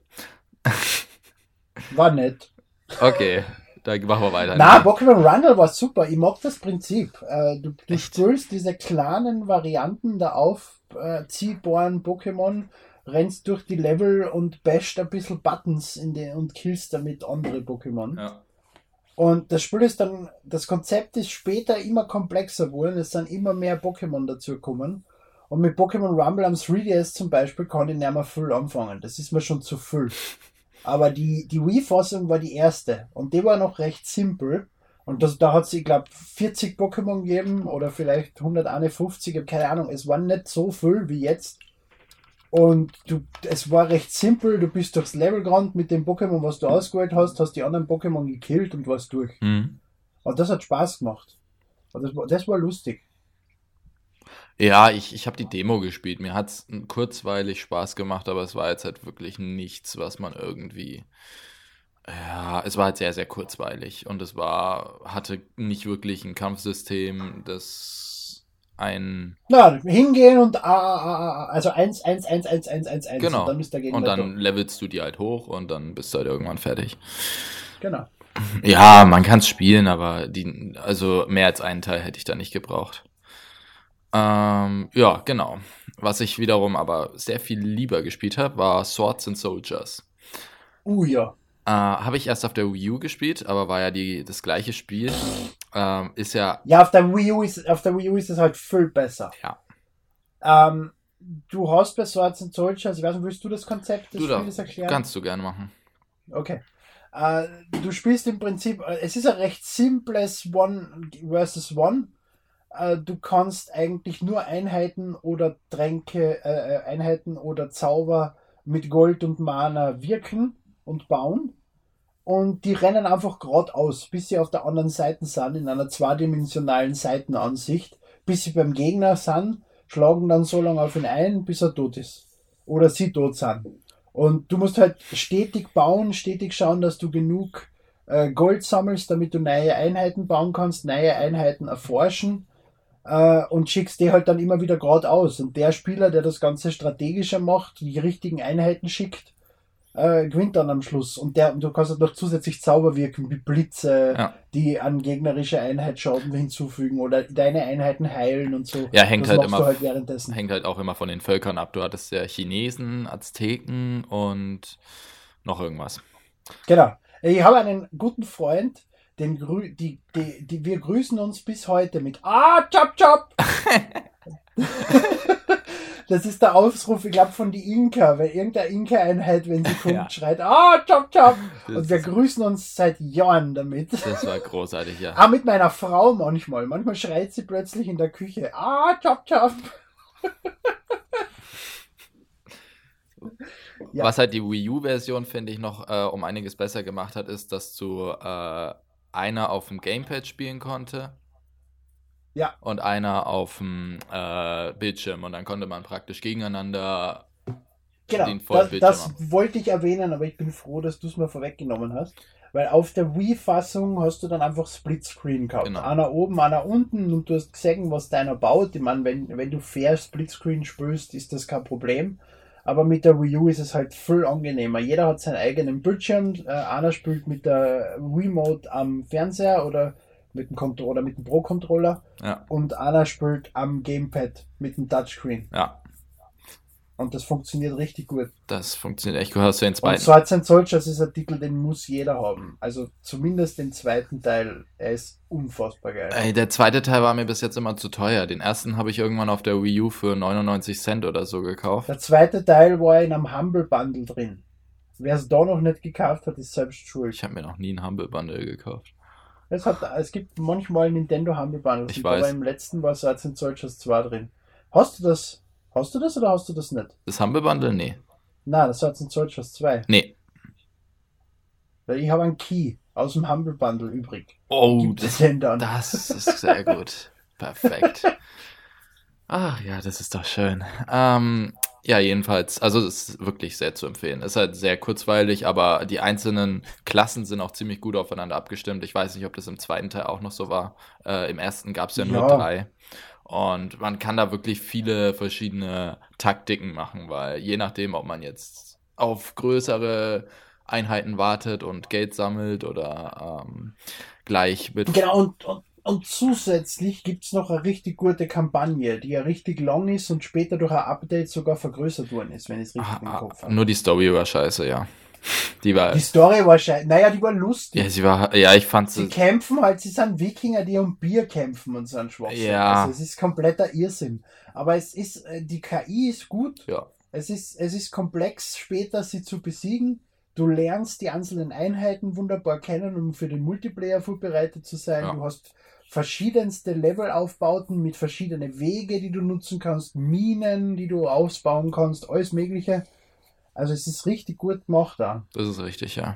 War nett. Okay, da machen wir weiter. Na, Pokémon Rumble war super. Ich mag das Prinzip. Äh, du, du Echt? spielst diese kleinen Varianten der aufziehbaren Pokémon, rennst durch die Level und basht ein bisschen Buttons in die, und killst damit andere Pokémon. Ja. Und das Spiel ist dann, das Konzept ist später immer komplexer geworden. Es sind immer mehr Pokémon dazu gekommen. Und mit Pokémon Rumble am drei D S zum Beispiel kann ich nicht mehr viel anfangen. Das ist mir schon zu viel. Aber die, die Wii-Fassung war die erste. Und die war noch recht simpel. Und das, da hat es, ich glaube, vierzig Pokémon gegeben oder vielleicht hunderteinundfünfzig, ich hab keine Ahnung. Es waren nicht so viel wie jetzt. Und du, es war recht simpel. Du bist durchs Level gerannt mit dem Pokémon, was du ausgewählt hast, hast die anderen Pokémon gekillt und warst durch. Mhm. Und das hat Spaß gemacht. Und das war, das war lustig. Ja, ich, ich habe die Demo gespielt. Mir hat es kurzweilig Spaß gemacht, aber es war jetzt halt wirklich nichts, was man irgendwie. Ja, es war halt sehr, sehr kurzweilig. Und es war, hatte nicht wirklich ein Kampfsystem, das ein. Na, hingehen und ah, ah, ah, ah, also eins, eins, eins, eins, eins, eins, eins. Genau. Und dann ist der Gegner Und dann durch. levelst du die halt hoch und dann bist du halt irgendwann fertig. Genau. Ja, man kann es spielen, aber die, also mehr als einen Teil hätte ich da nicht gebraucht. Ähm, ja, genau. Was ich wiederum aber sehr viel lieber gespielt habe, war Swords and Soldiers. Uh, ja. Äh, habe ich erst auf der Wii U gespielt, aber war ja die, das gleiche Spiel. Ähm, ist ja... Ja, auf der Wii U ist, auf der Wii U ist es halt viel besser. Ja. Ähm, du hast bei Swords and Soldiers, ich weiß nicht, willst du das Konzept des Du da, Spiels erklären? kannst du gerne machen. Okay. Äh, du spielst im Prinzip, äh, es ist ein recht simples One versus One. Äh, du kannst eigentlich nur Einheiten oder Tränke, äh, Einheiten oder Zauber mit Gold und Mana wirken und bauen. Und die rennen einfach geradeaus, bis sie auf der anderen Seite sind, in einer zweidimensionalen Seitenansicht. Bis sie beim Gegner sind, schlagen dann so lange auf ihn ein, bis er tot ist. Oder sie tot sind. Und du musst halt stetig bauen, stetig schauen, dass du genug äh, Gold sammelst, damit du neue Einheiten bauen kannst, neue Einheiten erforschen äh, und schickst die halt dann immer wieder geradeaus. Und der Spieler, der das Ganze strategischer macht, die richtigen Einheiten schickt, äh, gewinnt dann am Schluss. Und der, du kannst halt noch zusätzlich Zauber wirken, wie Blitze, Ja. die an gegnerische Einheit Schaden hinzufügen oder deine Einheiten heilen und so. Ja, hängt das halt machst immer, du halt währenddessen. hängt halt auch immer von den Völkern ab. Du hattest ja Chinesen, Azteken und noch irgendwas. Genau. Ich habe einen guten Freund, den grü die, die, die, wir grüßen uns bis heute mit Ah, chop, chop! Das ist der Aufruf, ich glaube, von die Inka, weil irgendeine Inka-Einheit, wenn sie kommt, Ja. schreit Ah, chop, chop! Das Und wir ist- grüßen uns seit Jahren damit. Das war großartig, ja. Auch mit meiner Frau manchmal. Manchmal schreit sie plötzlich in der Küche Ah, chop, chop! Ja. Was halt die Wii U-Version, finde ich, noch äh, um einiges besser gemacht hat, ist, dass du äh, einer auf dem Gamepad spielen konnte. Ja. Und einer auf dem äh, Bildschirm. Und dann konnte man praktisch gegeneinander Genau, den vollen das, Bildschirm das haben. wollte ich erwähnen, aber ich bin froh, dass du es mir vorweggenommen hast. Weil auf der Wii-Fassung hast du dann einfach Splitscreen gehabt. Genau. Einer oben, einer unten und du hast gesehen, was deiner baut. Ich meine, wenn, wenn du fair Splitscreen spielst, ist das kein Problem. Aber mit der Wii U ist es halt viel angenehmer. Jeder hat seinen eigenen Bildschirm. Äh, einer spielt mit der Wiimote am Fernseher oder mit dem Controller, mit dem Pro-Controller. Ja, Und einer spielt am Gamepad mit dem Touchscreen. ja, Und das funktioniert richtig gut. das funktioniert echt gut. Hast du den Und zweiten? Swords and Soldiers ist ein Titel, den muss jeder haben. Also zumindest den zweiten Teil. Er ist unfassbar geil. Ey, der zweite Teil war mir bis jetzt immer zu teuer. Den ersten habe ich irgendwann auf der Wii U für neunundneunzig Cent oder so gekauft. Der zweite Teil war in einem Humble Bundle drin. Wer es da noch nicht gekauft hat, ist selbst schuld. Ich habe mir noch nie einen Humble Bundle gekauft. Es, hat, es gibt manchmal Nintendo Humble Bundles, Ich aber weiß. im letzten war Swords and Soldiers zwei drin. Hast du das? Hast du das oder hast du das nicht? Das Humble Bundle? Nee. Nein, das Swords and Soldiers zwei. Nee. Weil ich habe einen Key aus dem Humble Bundle übrig. Oh, Gibt es das, den dann? das ist sehr gut. Perfekt. Ach ja, das ist doch schön. Ähm, ja, jedenfalls, also es ist wirklich sehr zu empfehlen. Es ist halt sehr kurzweilig, aber die einzelnen Klassen sind auch ziemlich gut aufeinander abgestimmt. Ich weiß nicht, ob das im zweiten Teil auch noch so war. Äh, Im ersten gab es ja nur Ja. drei. Und man kann da wirklich viele verschiedene Taktiken machen, weil je nachdem, ob man jetzt auf größere Einheiten wartet und Geld sammelt oder ähm, gleich mit... Genau, und, und, und zusätzlich gibt es noch eine richtig gute Kampagne, die ja richtig lang ist und später durch ein Update sogar vergrößert worden ist, wenn ich es richtig Ah, im ah, Kopf habe. nur die Story war scheiße, ja. Die war... Die Story war scheiße. Naja, die war lustig. Ja, sie war... Ja, ich fand Sie sie... kämpfen halt, sie sind Wikinger, die um Bier kämpfen und so ein Schwachsinn. Ja. Also es ist kompletter Irrsinn. Aber es ist, äh, die K I ist gut. Ja. Es ist, es ist komplex, später sie zu besiegen. Du lernst die einzelnen Einheiten wunderbar kennen, um für den Multiplayer vorbereitet zu sein. Ja. Du hast verschiedenste Levelaufbauten mit verschiedenen Wege, die du nutzen kannst, Minen, die du ausbauen kannst, alles Mögliche. Also es ist richtig gut gemacht da. Das ist richtig, ja.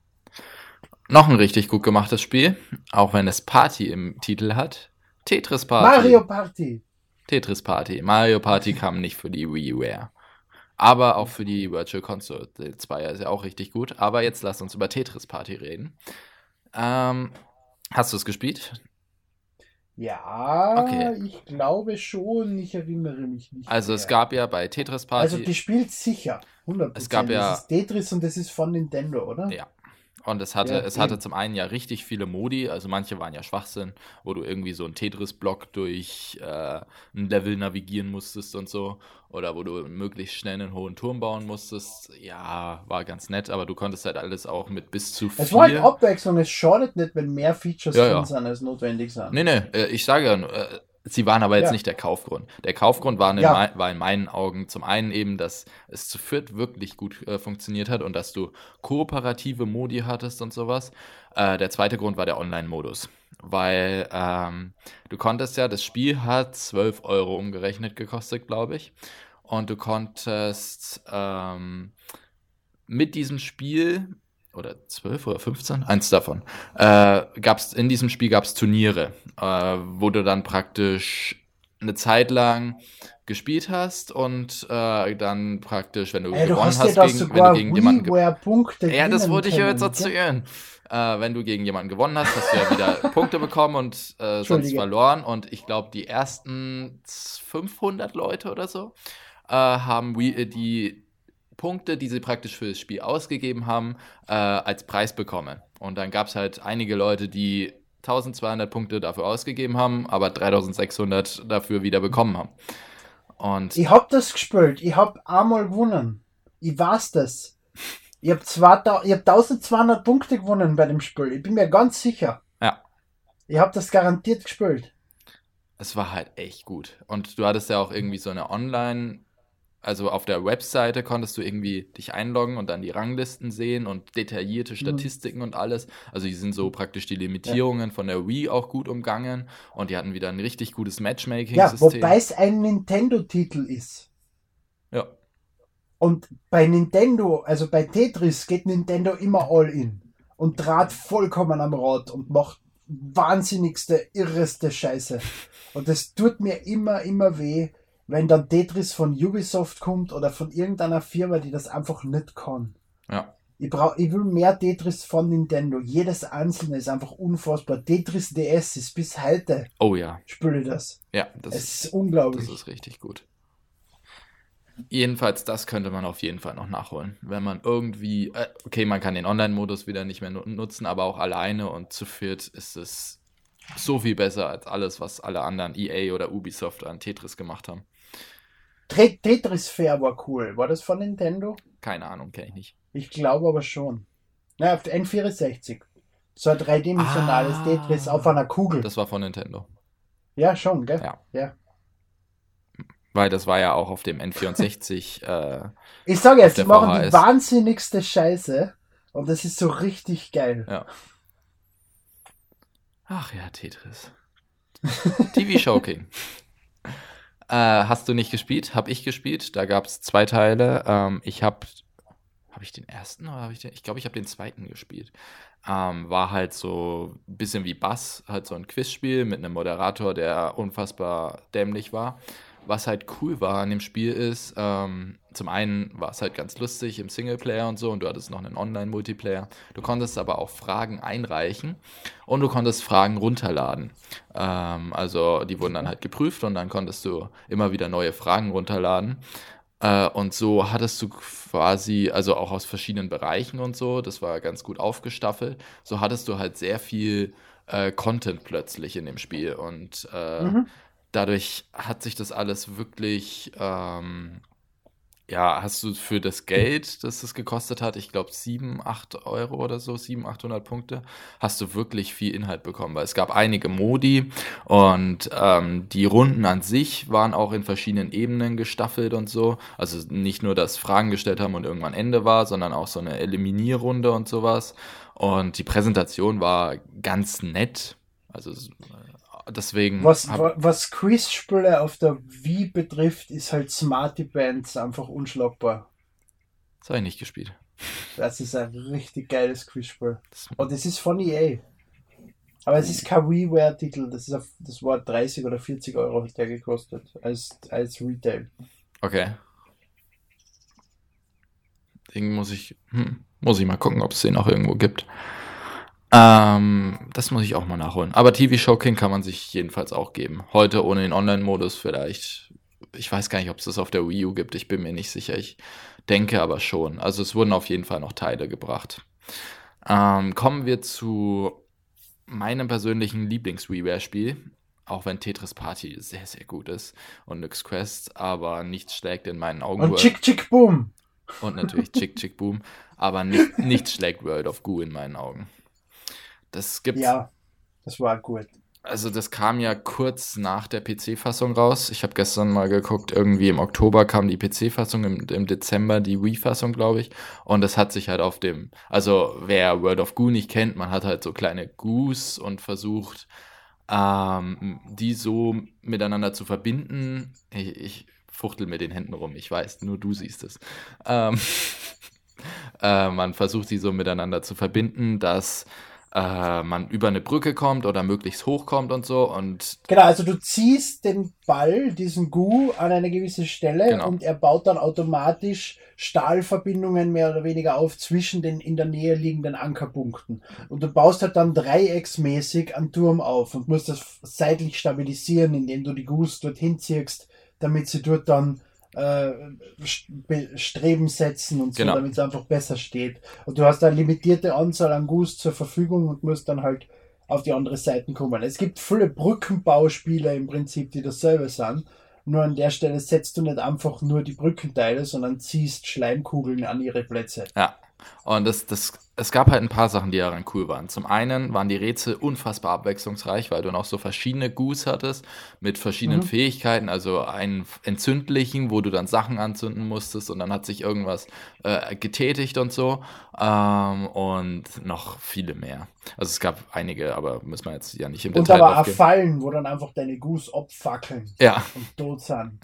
Noch ein richtig gut gemachtes Spiel, auch wenn es Party im Titel hat. Tetris Party. Mario Party. Tetris Party. Mario Party kam nicht für die WiiWare. Aber auch für die Virtual Console. Der Zweier ist ja auch richtig gut. Aber jetzt lass uns über Tetris Party reden. Ähm, hast du es gespielt? Ja, Okay. ich glaube schon, ich erinnere mich nicht Also mehr. es gab ja bei Tetris Party... Also die spielt sicher, hundert Prozent. Es gab ja- Das ist Tetris und das ist von Nintendo, oder? Ja. Und es hatte, Ja, es hatte eben. zum einen ja richtig viele Modi, also manche waren ja Schwachsinn, wo du irgendwie so einen Tetris-Block durch äh, ein Level navigieren musstest und so. Oder wo du möglichst schnell einen hohen Turm bauen musstest. Ja, war ganz nett, aber du konntest halt alles auch mit bis zu Es war halt vier. Abwechslung, es schadet nicht, wenn mehr Features Ja, drin ja. sind, als notwendig sind. Nee, nee, äh, ich sage ja nur, äh, sie waren aber jetzt Ja. nicht der Kaufgrund. Der Kaufgrund war in, Ja. mei- war in meinen Augen zum einen eben, dass es zu viert wirklich gut äh, funktioniert hat und dass du kooperative Modi hattest und sowas. Äh, der zweite Grund war der Online-Modus. Weil ähm, du konntest ja, das Spiel hat zwölf Euro umgerechnet gekostet, glaube ich. Und du konntest ähm, mit diesem Spiel, oder zwölf oder fünfzehn, eins davon, äh, gab's, in diesem Spiel gab es Turniere, äh, wo du dann praktisch eine Zeit lang gespielt hast und äh, dann praktisch, wenn du Ey, du gewonnen hast ja hast, da gegen, wenn du sogar gegen jemanden ge- WiiWare-Punkte ja, das gewinnen wollte ich ja jetzt können, gell? erzählen. Äh, wenn du gegen jemanden gewonnen hast, hast du ja wieder Punkte bekommen und äh, sonst Entschuldige. verloren. Und ich glaube, die ersten fünfhundert Leute oder so äh, haben Wii, äh, die Punkte, die sie praktisch für das Spiel ausgegeben haben, äh, als Preis bekommen. Und dann gab es halt einige Leute, die eintausendzweihundert Punkte dafür ausgegeben haben, aber dreitausendsechshundert dafür wieder bekommen haben. Und Ich hab das gespielt. Ich hab einmal gewonnen. Ich weiß das. Ich hab, zweitausend, ich hab eintausendzweihundert Punkte gewonnen bei dem Spiel. Ich bin mir ganz sicher. ja, Ich hab das garantiert gespielt. es war halt echt gut. Und du hattest ja auch irgendwie so eine Online- also auf der Webseite konntest du irgendwie dich einloggen und dann die Ranglisten sehen und detaillierte Statistiken und alles. Also die sind so praktisch die Limitierungen von der Wii auch gut umgangen und die hatten wieder ein richtig gutes Ja, Matchmaking-System. wobei es ein Nintendo-Titel ist. Ja, Und bei Nintendo, also bei Tetris, geht Nintendo immer all in und draht vollkommen am Rad und macht wahnsinnigste, irreste Scheiße. Und das tut mir immer, immer weh, wenn dann Tetris von Ubisoft kommt oder von irgendeiner Firma, die das einfach nicht kann. ja. Ich, brauch, ich will mehr Tetris von Nintendo. Jedes einzelne ist einfach unfassbar. Tetris D S ist bis heute, Oh ja, spiele ich das. ja, das, Es ist, ist unglaublich. das ist richtig gut. Jedenfalls, das könnte man auf jeden Fall noch nachholen. Wenn man irgendwie, äh, okay, man kann den Online-Modus wieder nicht mehr nu- nutzen, aber auch alleine und zu viert ist es so viel besser als alles, was alle anderen E A oder Ubisoft an Tetris gemacht haben. Tre- Tetris Fair war cool. War das von Nintendo? Keine Ahnung, kenne ich nicht. Ich glaube aber schon. Na, auf N vierundsechzig. So ein dreidimensionales Ah. Tetris auf einer Kugel. Das war von Nintendo. Ja, schon, gell? Ja. Ja. Weil das war ja auch auf dem N vierundsechzig. äh, Ich sage jetzt, der sie machen V H die S. wahnsinnigste Scheiße und das ist so richtig geil. Ja. Ach ja, Tetris. T V-Show King. äh, hast du nicht gespielt? Hab ich gespielt. Da gab es zwei Teile. Ähm, ich habe Habe ich den ersten oder habe ich den? Ich glaube, ich habe den zweiten gespielt. Ähm, war halt so ein bisschen wie Bass, halt so ein Quizspiel mit einem Moderator, der unfassbar dämlich war. Was halt cool war an dem Spiel ist, ähm, zum einen war es halt ganz lustig im Singleplayer und so und du hattest noch einen Online-Multiplayer. Du konntest aber auch Fragen einreichen und du konntest Fragen runterladen. Ähm, also die wurden dann halt geprüft und dann konntest du immer wieder neue Fragen runterladen. Äh, und so hattest du quasi, also auch aus verschiedenen Bereichen und so, das war ganz gut aufgestaffelt, so hattest du halt sehr viel äh, Content plötzlich in dem Spiel. Und äh, Mhm. dadurch hat sich das alles wirklich, ähm, ja, hast du für das Geld, das es gekostet hat, ich glaube sieben, acht Euro oder so, siebenhundert, achthundert Punkte, hast du wirklich viel Inhalt bekommen, weil es gab einige Modi und ähm, die Runden an sich waren auch in verschiedenen Ebenen gestaffelt und so. Also nicht nur, dass Fragen gestellt haben und irgendwann Ende war, sondern auch so eine Eliminierrunde und sowas. Und die Präsentation war ganz nett. Also es- deswegen Was, hab, wa- was Quizspiele auf der Wii betrifft, ist halt Smarty Bands einfach unschlagbar. das habe ich nicht gespielt. Das ist ein richtig geiles Quizspiel. Das, Und es ist von E A. Aber es ist kein WiiWare-Titel. Das, ist auf, das war dreißig oder vierzig Euro hat der gekostet. Als, als Retail. okay. Den muss ich, hm, muss ich mal gucken, ob es den auch irgendwo gibt. Ähm, das muss ich auch mal nachholen. Aber T V-Show King kann man sich jedenfalls auch geben. Heute ohne den Online-Modus vielleicht. Ich weiß gar nicht, ob es das auf der Wii U gibt. Ich bin mir nicht sicher. Ich denke aber schon. Also es wurden auf jeden Fall noch Teile gebracht. Ähm, kommen wir zu meinem persönlichen Lieblings-WiiWare-Spiel, auch wenn Tetris Party sehr, sehr gut ist und Nyx Quest, aber nichts schlägt in meinen Augen. Und Chick Chick Boom. Und natürlich Chick Chick Boom, aber nicht, nichts schlägt World of Goo in meinen Augen. Das gibt. Ja, das war gut. Also das kam ja kurz nach der P C-Fassung raus. Ich habe gestern mal geguckt, irgendwie im Oktober kam die P C-Fassung, im, im Dezember die Wii-Fassung, glaube ich. Und das hat sich halt auf dem, also wer World of Goo nicht kennt, man hat halt so kleine Goos und versucht, ähm, die so miteinander zu verbinden. Ich, ich fuchtel mit den Händen rum, ich weiß, nur du siehst es. Ähm, äh, man versucht, die so miteinander zu verbinden, dass äh, man über eine Brücke kommt oder möglichst hoch kommt und so. Und Genau, also du ziehst den Ball, diesen Gu, an eine gewisse Stelle Genau. und er baut dann automatisch Stahlverbindungen mehr oder weniger auf zwischen den in der Nähe liegenden Ankerpunkten. Und du baust halt dann dreiecksmäßig einen Turm auf und musst das seitlich stabilisieren, indem du die Gus dorthin ziehst, damit sie dort dann äh, St- Streben setzen und so, Genau. damit es einfach besser steht. Und du hast eine limitierte Anzahl an Gus zur Verfügung und musst dann halt auf die andere Seite kommen. Es gibt viele Brückenbauspiele im Prinzip, die dasselbe sind. Nur an der Stelle setzt du nicht einfach nur die Brückenteile, sondern ziehst Schleimkugeln an ihre Plätze. Ja, und das, das, es gab halt ein paar Sachen, die daran cool waren. Zum einen waren die Rätsel unfassbar abwechslungsreich, weil du noch so verschiedene Gus hattest mit verschiedenen Mhm. Fähigkeiten, also einen entzündlichen, wo du dann Sachen anzünden musstest und dann hat sich irgendwas äh, getätigt und so, ähm, und noch viele mehr. Also es gab einige, aber müssen wir jetzt ja nicht im Und Detail aber auch drauf gehen. Fallen, wo dann einfach deine Gus abfackeln Ja, und tot sind.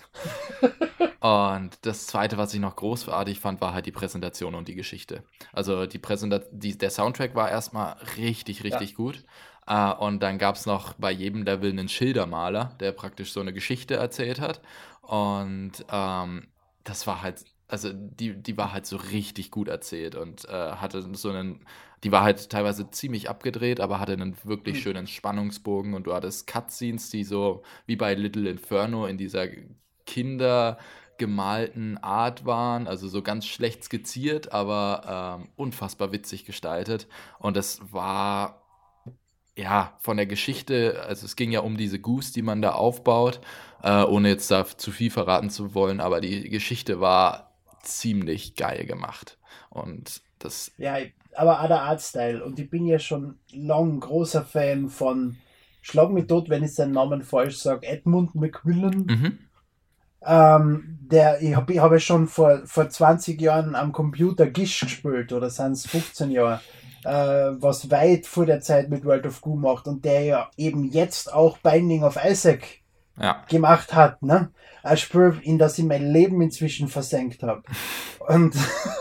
und das Zweite, was ich noch großartig fand, war halt die Präsentation und die Geschichte. Also die Präsentation, die, der Soundtrack war erstmal richtig, richtig gut. Äh, und dann gab es noch bei jedem Level einen Schildermaler, der praktisch so eine Geschichte erzählt hat. Und ähm, das war halt, also die, die war halt so richtig gut erzählt und äh, hatte so einen, die war halt teilweise ziemlich abgedreht, aber hatte einen wirklich Hm. schönen Spannungsbogen und du hattest Cutscenes, die so wie bei Little Inferno in dieser Kinder gemalten Art waren, also so ganz schlecht skizziert, aber ähm, unfassbar witzig gestaltet. Und das war, ja, von der Geschichte, also es ging ja um diese Goose, die man da aufbaut, äh, ohne jetzt da zu viel verraten zu wollen, aber die Geschichte war ziemlich geil gemacht. Und das, Ja, aber auch der Artstyle. Und ich bin ja schon lang großer Fan von, schlag mich tot, wenn ich seinen Namen falsch sage, Edmund Macmillan. mhm, Ähm, der, ich habe ich hab ja schon vor, vor zwanzig Jahren am Computer Gish gespielt, oder sind es fünfzehn Jahre, äh, was weit vor der Zeit mit World of Goo macht und der ja eben jetzt auch Binding of Isaac ja, gemacht hat, ne? Ein Spiel, in das ich mein Leben inzwischen versenkt habe. Und,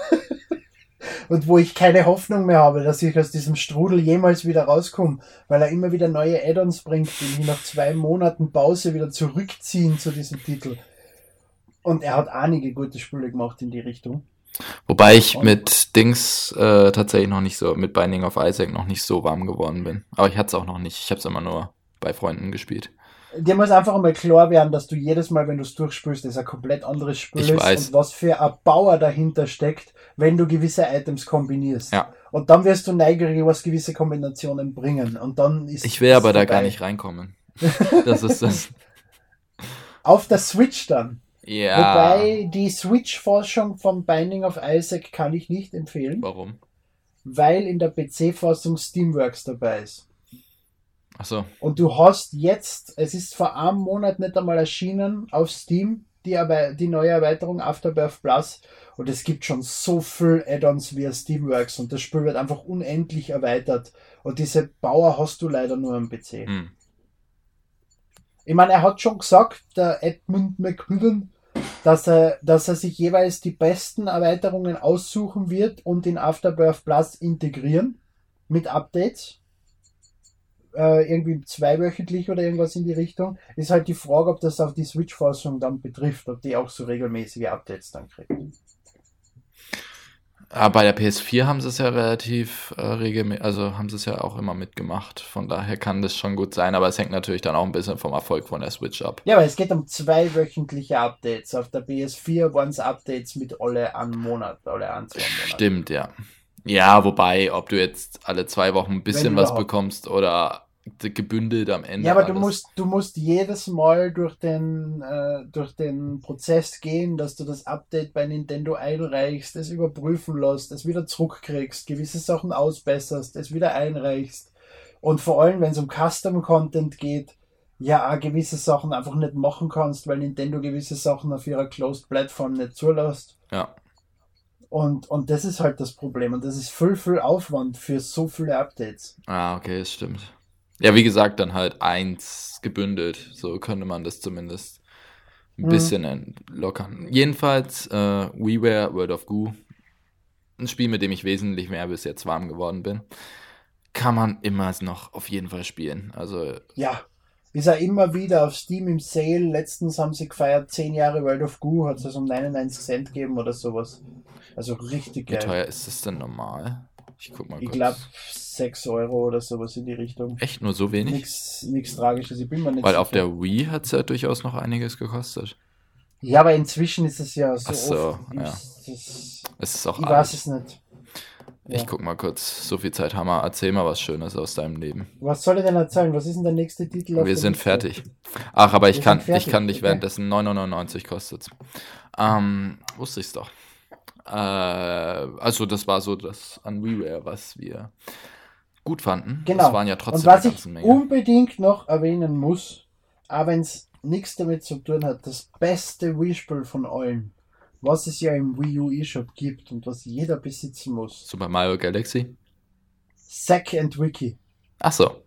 und wo ich keine Hoffnung mehr habe, dass ich aus diesem Strudel jemals wieder rauskomme, weil er immer wieder neue Add-ons bringt, die mich nach zwei Monaten Pause wieder zurückziehen zu diesem Titel. Und er hat einige gute Spiele gemacht in die Richtung. wobei ich Und- mit Dings äh, tatsächlich noch nicht so, mit Binding of Isaac noch nicht so warm geworden bin. Aber ich hatte es auch noch nicht, ich habe es immer nur bei Freunden gespielt. Dir muss einfach einmal klar werden, dass du jedes Mal, wenn du es durchspielst, das ein komplett anderes Spiel Ich ist weiß. und was für ein Power dahinter steckt, wenn du gewisse Items kombinierst. Ja. Und dann wirst du neugierig, was gewisse Kombinationen bringen. Und dann ist Ich will aber ist da vorbei. gar nicht reinkommen. Das ist das. Auf der Switch dann. Ja. Wobei die Switch-Forschung von Binding of Isaac kann ich nicht empfehlen, Warum? weil in der P C-Fassung Steamworks dabei ist. Achso. Und du hast jetzt, es ist vor einem Monat nicht einmal erschienen auf Steam, die, Erwe- die neue Erweiterung Afterbirth Plus. Und es gibt schon so viel Add-ons wie Steamworks und das Spiel wird einfach unendlich erweitert. Und diese Power hast du leider nur am P C. Hm. Ich meine, er hat schon gesagt, der Edmund Macmillan, dass er, dass er sich jeweils die besten Erweiterungen aussuchen wird und in Afterbirth Plus integrieren mit Updates. Äh, irgendwie zweiwöchentlich oder irgendwas in die Richtung. Ist halt die Frage, ob das auf die Switch-Fassung dann betrifft, ob die auch so regelmäßige Updates dann kriegt. Aber bei der P S vier haben sie es ja relativ äh, regelmäßig, also haben sie es ja auch immer mitgemacht. Von daher kann das schon gut sein, aber es hängt natürlich dann auch ein bisschen vom Erfolg von der Switch ab. Ja, aber es geht um zweiwöchentliche Updates. Auf der P S vier waren es Updates mit alle einen Monat, alle einen, zwei Monate. Stimmt, ja. Ja, wobei, ob du jetzt alle zwei Wochen ein bisschen was überhaupt. bekommst oder gebündelt am Ende. Ja, aber du alles. musst, du musst jedes Mal durch den, äh, durch den Prozess gehen, dass du das Update bei Nintendo einreichst, es überprüfen lässt, es wieder zurückkriegst, gewisse Sachen ausbesserst, es wieder einreichst. Und vor allem, wenn es um Custom Content geht, ja, auch gewisse Sachen einfach nicht machen kannst, weil Nintendo gewisse Sachen auf ihrer Closed Platform nicht zulässt. Ja. Und, und das ist halt das Problem. Und das ist viel, viel Aufwand für so viele Updates. Ah, okay, das stimmt. Ja, wie gesagt, dann halt eins gebündelt. So könnte man das zumindest ein Mhm. bisschen lockern. Jedenfalls, äh, WiiWare World of Goo, ein Spiel, mit dem ich wesentlich mehr bis jetzt warm geworden bin, kann man immer noch auf jeden Fall spielen. Also Ja, ist ja immer wieder auf Steam im Sale. Letztens haben sie gefeiert, zehn Jahre World of Goo, hat es um neunundneunzig Cent gegeben oder sowas. Also richtig wie geil. teuer ist das denn normal? Ich guck mal Ich kurz. glaube sechs Euro oder sowas in die Richtung. Echt nur so wenig? Nichts nichts Tragisches, ich bin mir nicht Weil sicher. auf der Wii hat es ja durchaus noch einiges gekostet. Ja, aber inzwischen ist es ja so, Ach so, oft. ja. Ist, ist, Es ist auch ich alt. weiß es nicht. Ich Ja. guck mal kurz, so viel Zeit haben wir. Erzähl mal was Schönes aus deinem Leben. Was soll ich denn erzählen? Was ist denn der nächste Titel? auf Wir der sind Liste? fertig. Ach, aber ich Wir kann, sind fertig, ich kann dich okay. währenddessen neun Euro neunundneunzig kostet. Ähm, wusste ich's doch. Äh, also das war so das an WiiWare, was wir gut fanden. Genau. Das waren ja Und trotzdem was eine ich ganze Menge. unbedingt noch erwähnen muss, auch wenn es nichts damit zu tun hat, das beste Wii-Spiel von allen, was es ja im Wii U eShop gibt und was jeder besitzen muss. Super Mario Galaxy. Zack and Wiki. Ach so.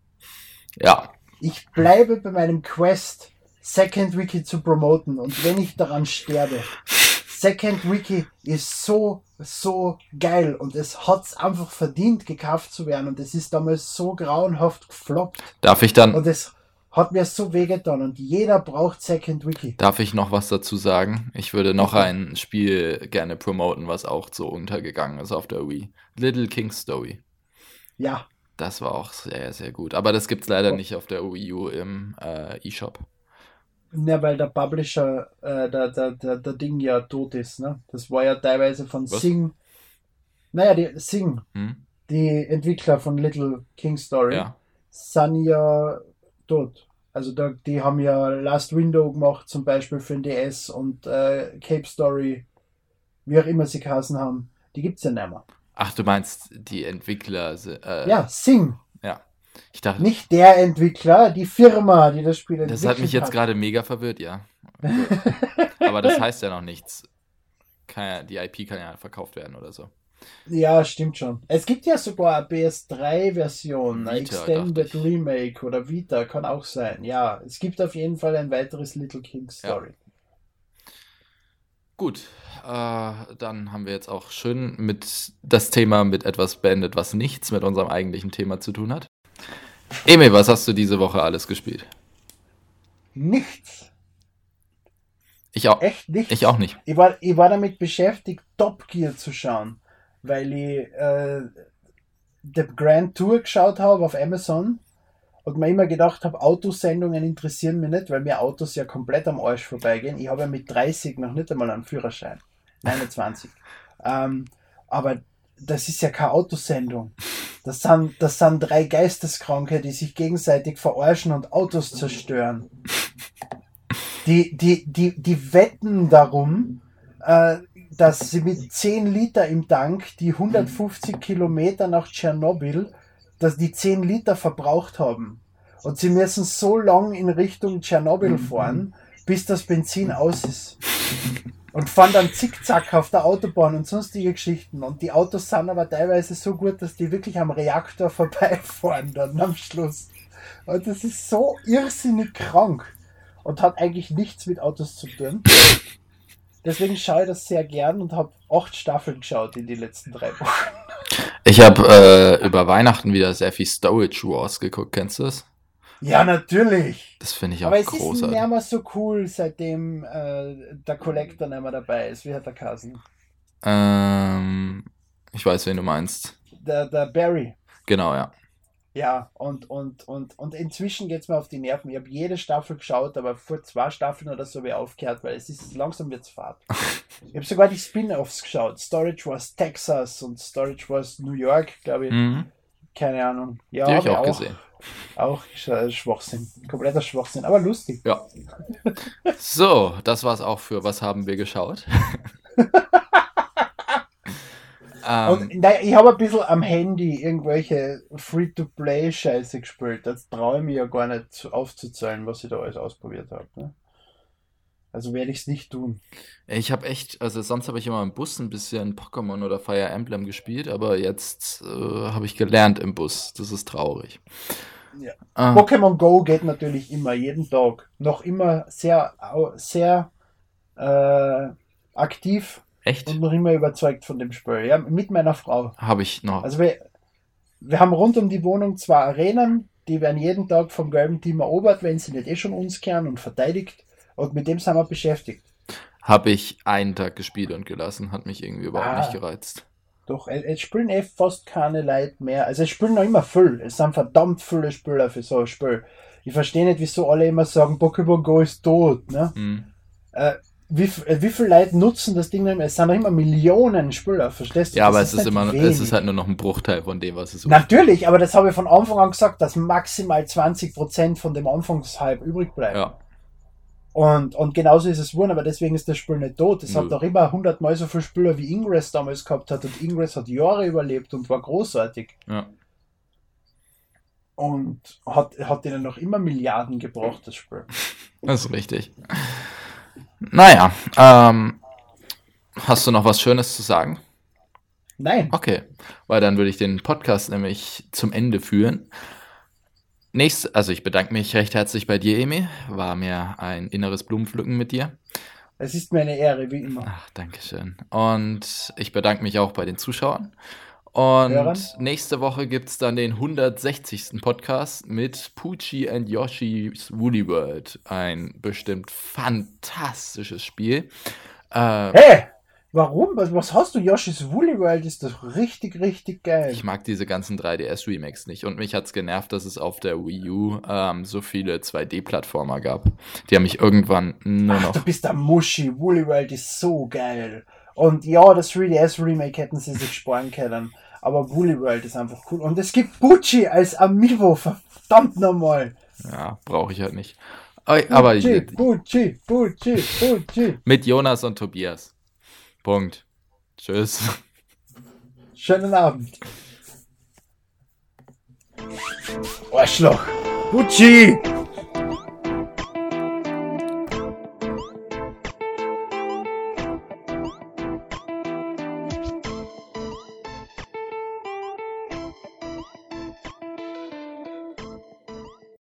Ja, Ich bleibe bei meinem Quest, Zack and Wiki zu promoten, und wenn ich daran sterbe, Zack and Wiki ist so, so geil und es hat es einfach verdient, gekauft zu werden, und es ist damals so grauenhaft gefloppt darf ich dann, und es hat mir so wehgetan und jeder braucht Zack and Wiki. darf ich noch was dazu sagen? Ich würde noch Bitte. ein Spiel gerne promoten, was auch so untergegangen ist auf der Wii. Little King's Story. Ja, Das war auch sehr, sehr gut. Aber das gibt's leider Oh. nicht auf der Wii U im äh, eShop. ne, weil der Publisher, äh, der, der, der, der Ding ja tot ist, ne? Das war ja teilweise von Was? Sing. Naja, die Sing, Hm? die Entwickler von Little King Story, Ja. sind ja tot. Also da, die haben ja Last Window gemacht, zum Beispiel für den D S, und äh, Cape Story, wie auch immer sie geheißen haben. Die gibt's ja nicht mehr. Ach, du meinst die Entwickler. se- Äh, Ja, Sing. ja. Ich dachte, Nicht der Entwickler, die Firma, die das Spiel entwickelt das hat mich jetzt hat. gerade mega verwirrt, ja. Gut. Aber das heißt ja noch nichts. Kann ja, die I P kann ja verkauft werden oder so. Ja, stimmt schon. Es gibt ja sogar eine P S drei Version, eine Vita, Extended dachte ich. Remake oder Vita, kann auch sein. Ja, es gibt auf jeden Fall ein weiteres Little King Story. Gut, äh, dann haben wir jetzt auch schön mit das Thema mit etwas beendet, was nichts mit unserem eigentlichen Thema zu tun hat. Emil, was hast du diese Woche alles gespielt? Nichts. Ich auch. Echt nichts. Ich auch nicht. Ich war, ich war damit beschäftigt, Top Gear zu schauen, weil ich äh, die Grand Tour geschaut habe auf Amazon und mir immer gedacht habe, Autosendungen interessieren mich nicht, weil mir Autos ja komplett am Arsch vorbeigehen. Ich habe ja mit dreißig noch nicht einmal einen Führerschein. neunundzwanzig. ähm, aber das ist ja keine Autosendung. Das sind, das sind drei Geisteskranke, die sich gegenseitig verarschen und Autos zerstören. Die, die, die, die wetten darum, äh, dass sie mit zehn Liter im Tank die hundertfünfzig Kilometer nach Tschernobyl, dass die zehn Liter verbraucht haben. Und sie müssen so lang in Richtung Tschernobyl fahren, bis das Benzin aus ist. Und fahren dann zickzack auf der Autobahn und sonstige Geschichten. Und die Autos sind aber teilweise so gut, dass die wirklich am Reaktor vorbeifahren dann am Schluss. Und das ist so irrsinnig krank. Und hat eigentlich nichts mit Autos zu tun. Deswegen schaue ich das sehr gern und habe acht Staffeln geschaut in die letzten drei Wochen. Ich habe äh, über Weihnachten wieder sehr viel Storage Wars geguckt. Kennst du das? Ja, natürlich. Das finde ich auch Aber es ist großartig. nicht mehr so cool, seitdem äh, der Collector nicht mehr dabei ist. Wie hat der Kassen? Ähm, ich weiß, wen du meinst. Der, der Barry. Genau, ja. Ja, und, und, und, und inzwischen geht es mir auf die Nerven. Ich habe jede Staffel geschaut, aber vor zwei Staffeln oder so habe ich aufgehört, weil es ist langsam wird's fad. Ich habe sogar die Spin-Offs geschaut. Storage Wars Texas und Storage Wars New York, glaube ich. Mhm. Keine Ahnung. Ja, Die habe ich hab auch gesehen. Auch Sch- Schwachsinn. Kompletter Schwachsinn, aber lustig. Ja. So, das war's auch für Was haben wir geschaut? Und ähm, nein, ich habe ein bisschen am Handy irgendwelche Free-to-Play-Scheiße gespielt. Das traue ich mir ja gar nicht aufzuzählen, was ich da alles ausprobiert habe. Ne? Also werde ich es nicht tun. ich habe echt, also sonst habe ich immer im Bus ein bisschen Pokémon oder Fire Emblem gespielt, aber jetzt äh, habe ich gelernt im Bus. Das ist traurig. Ja. Ah, Pokémon Go geht natürlich immer, jeden Tag. Noch immer sehr, au- sehr äh, aktiv echt? und noch immer überzeugt von dem Spiel. Ja, mit meiner Frau. Habe ich noch. Also wir, wir haben rund um die Wohnung zwei Arenen, die werden jeden Tag vom gelben Team erobert, wenn sie nicht eh schon uns kehren und verteidigt. Und mit dem sind wir beschäftigt. Habe ich einen Tag gespielt und gelassen, hat mich irgendwie überhaupt Ah. nicht gereizt. Doch, es, es spielen eh fast keine Leute mehr. Also es spielen noch immer viel. Es sind verdammt viele Spieler für so ein Spiel. Ich verstehe nicht, wieso alle immer sagen, Pokémon Go ist tot. Ne? Hm. Äh, wie, äh, wie viele Leute nutzen das Ding nicht mehr? Es sind noch immer Millionen Spieler, verstehst du? Ja, Das aber es ist nicht immer, wenig. es ist halt nur noch ein Bruchteil von dem, was es ist. Natürlich, aber das habe ich von Anfang an gesagt, dass maximal zwanzig Prozent von dem Anfangshype übrig bleiben. Ja, Und, und genauso ist es geworden, aber deswegen ist das Spiel nicht tot. Es Nö. hat doch immer hundertmal so viele Spieler wie Ingress damals gehabt hat und Ingress hat Jahre überlebt und war großartig. ja. Und hat, hat ihnen noch immer Milliarden gebracht, das Spiel. Das ist richtig. Naja, ähm, hast du noch was Schönes zu sagen? Nein, Okay, weil dann würde ich den Podcast nämlich zum Ende führen. Nächst, also ich bedanke mich recht herzlich bei dir, Emi. War mir ein inneres Blumenpflücken mit dir. es ist mir eine Ehre, wie immer. Ach, danke schön. Und ich bedanke mich auch bei den Zuschauern. Und Hörern. nächste Woche gibt es dann den hundertsechzigsten Podcast mit Poochie and Yoshi's Woolly World. Ein bestimmt fantastisches Spiel. Äh, Hey, warum? Was, was hast du? Yoshi's Woolly World ist doch richtig, richtig geil. Ich mag diese ganzen drei D S-Remakes nicht. Und mich hat's genervt, dass es auf der Wii U ähm, so viele zwei D-Plattformer gab. Die haben mich irgendwann nur Ach, noch... du bist der Muschi. Woolly World ist so geil. Und ja, das drei D S Remake hätten sie sich sparen können. Aber Woolly World ist einfach cool. Und es gibt Pucci als Amiibo. Verdammt nochmal. Ja, brauche ich halt nicht. Aber Pucci, Pucci, Pucci, Pucci. mit Jonas und Tobias. Punkt. Tschüss. Schönen Abend. Arschloch. Pucci.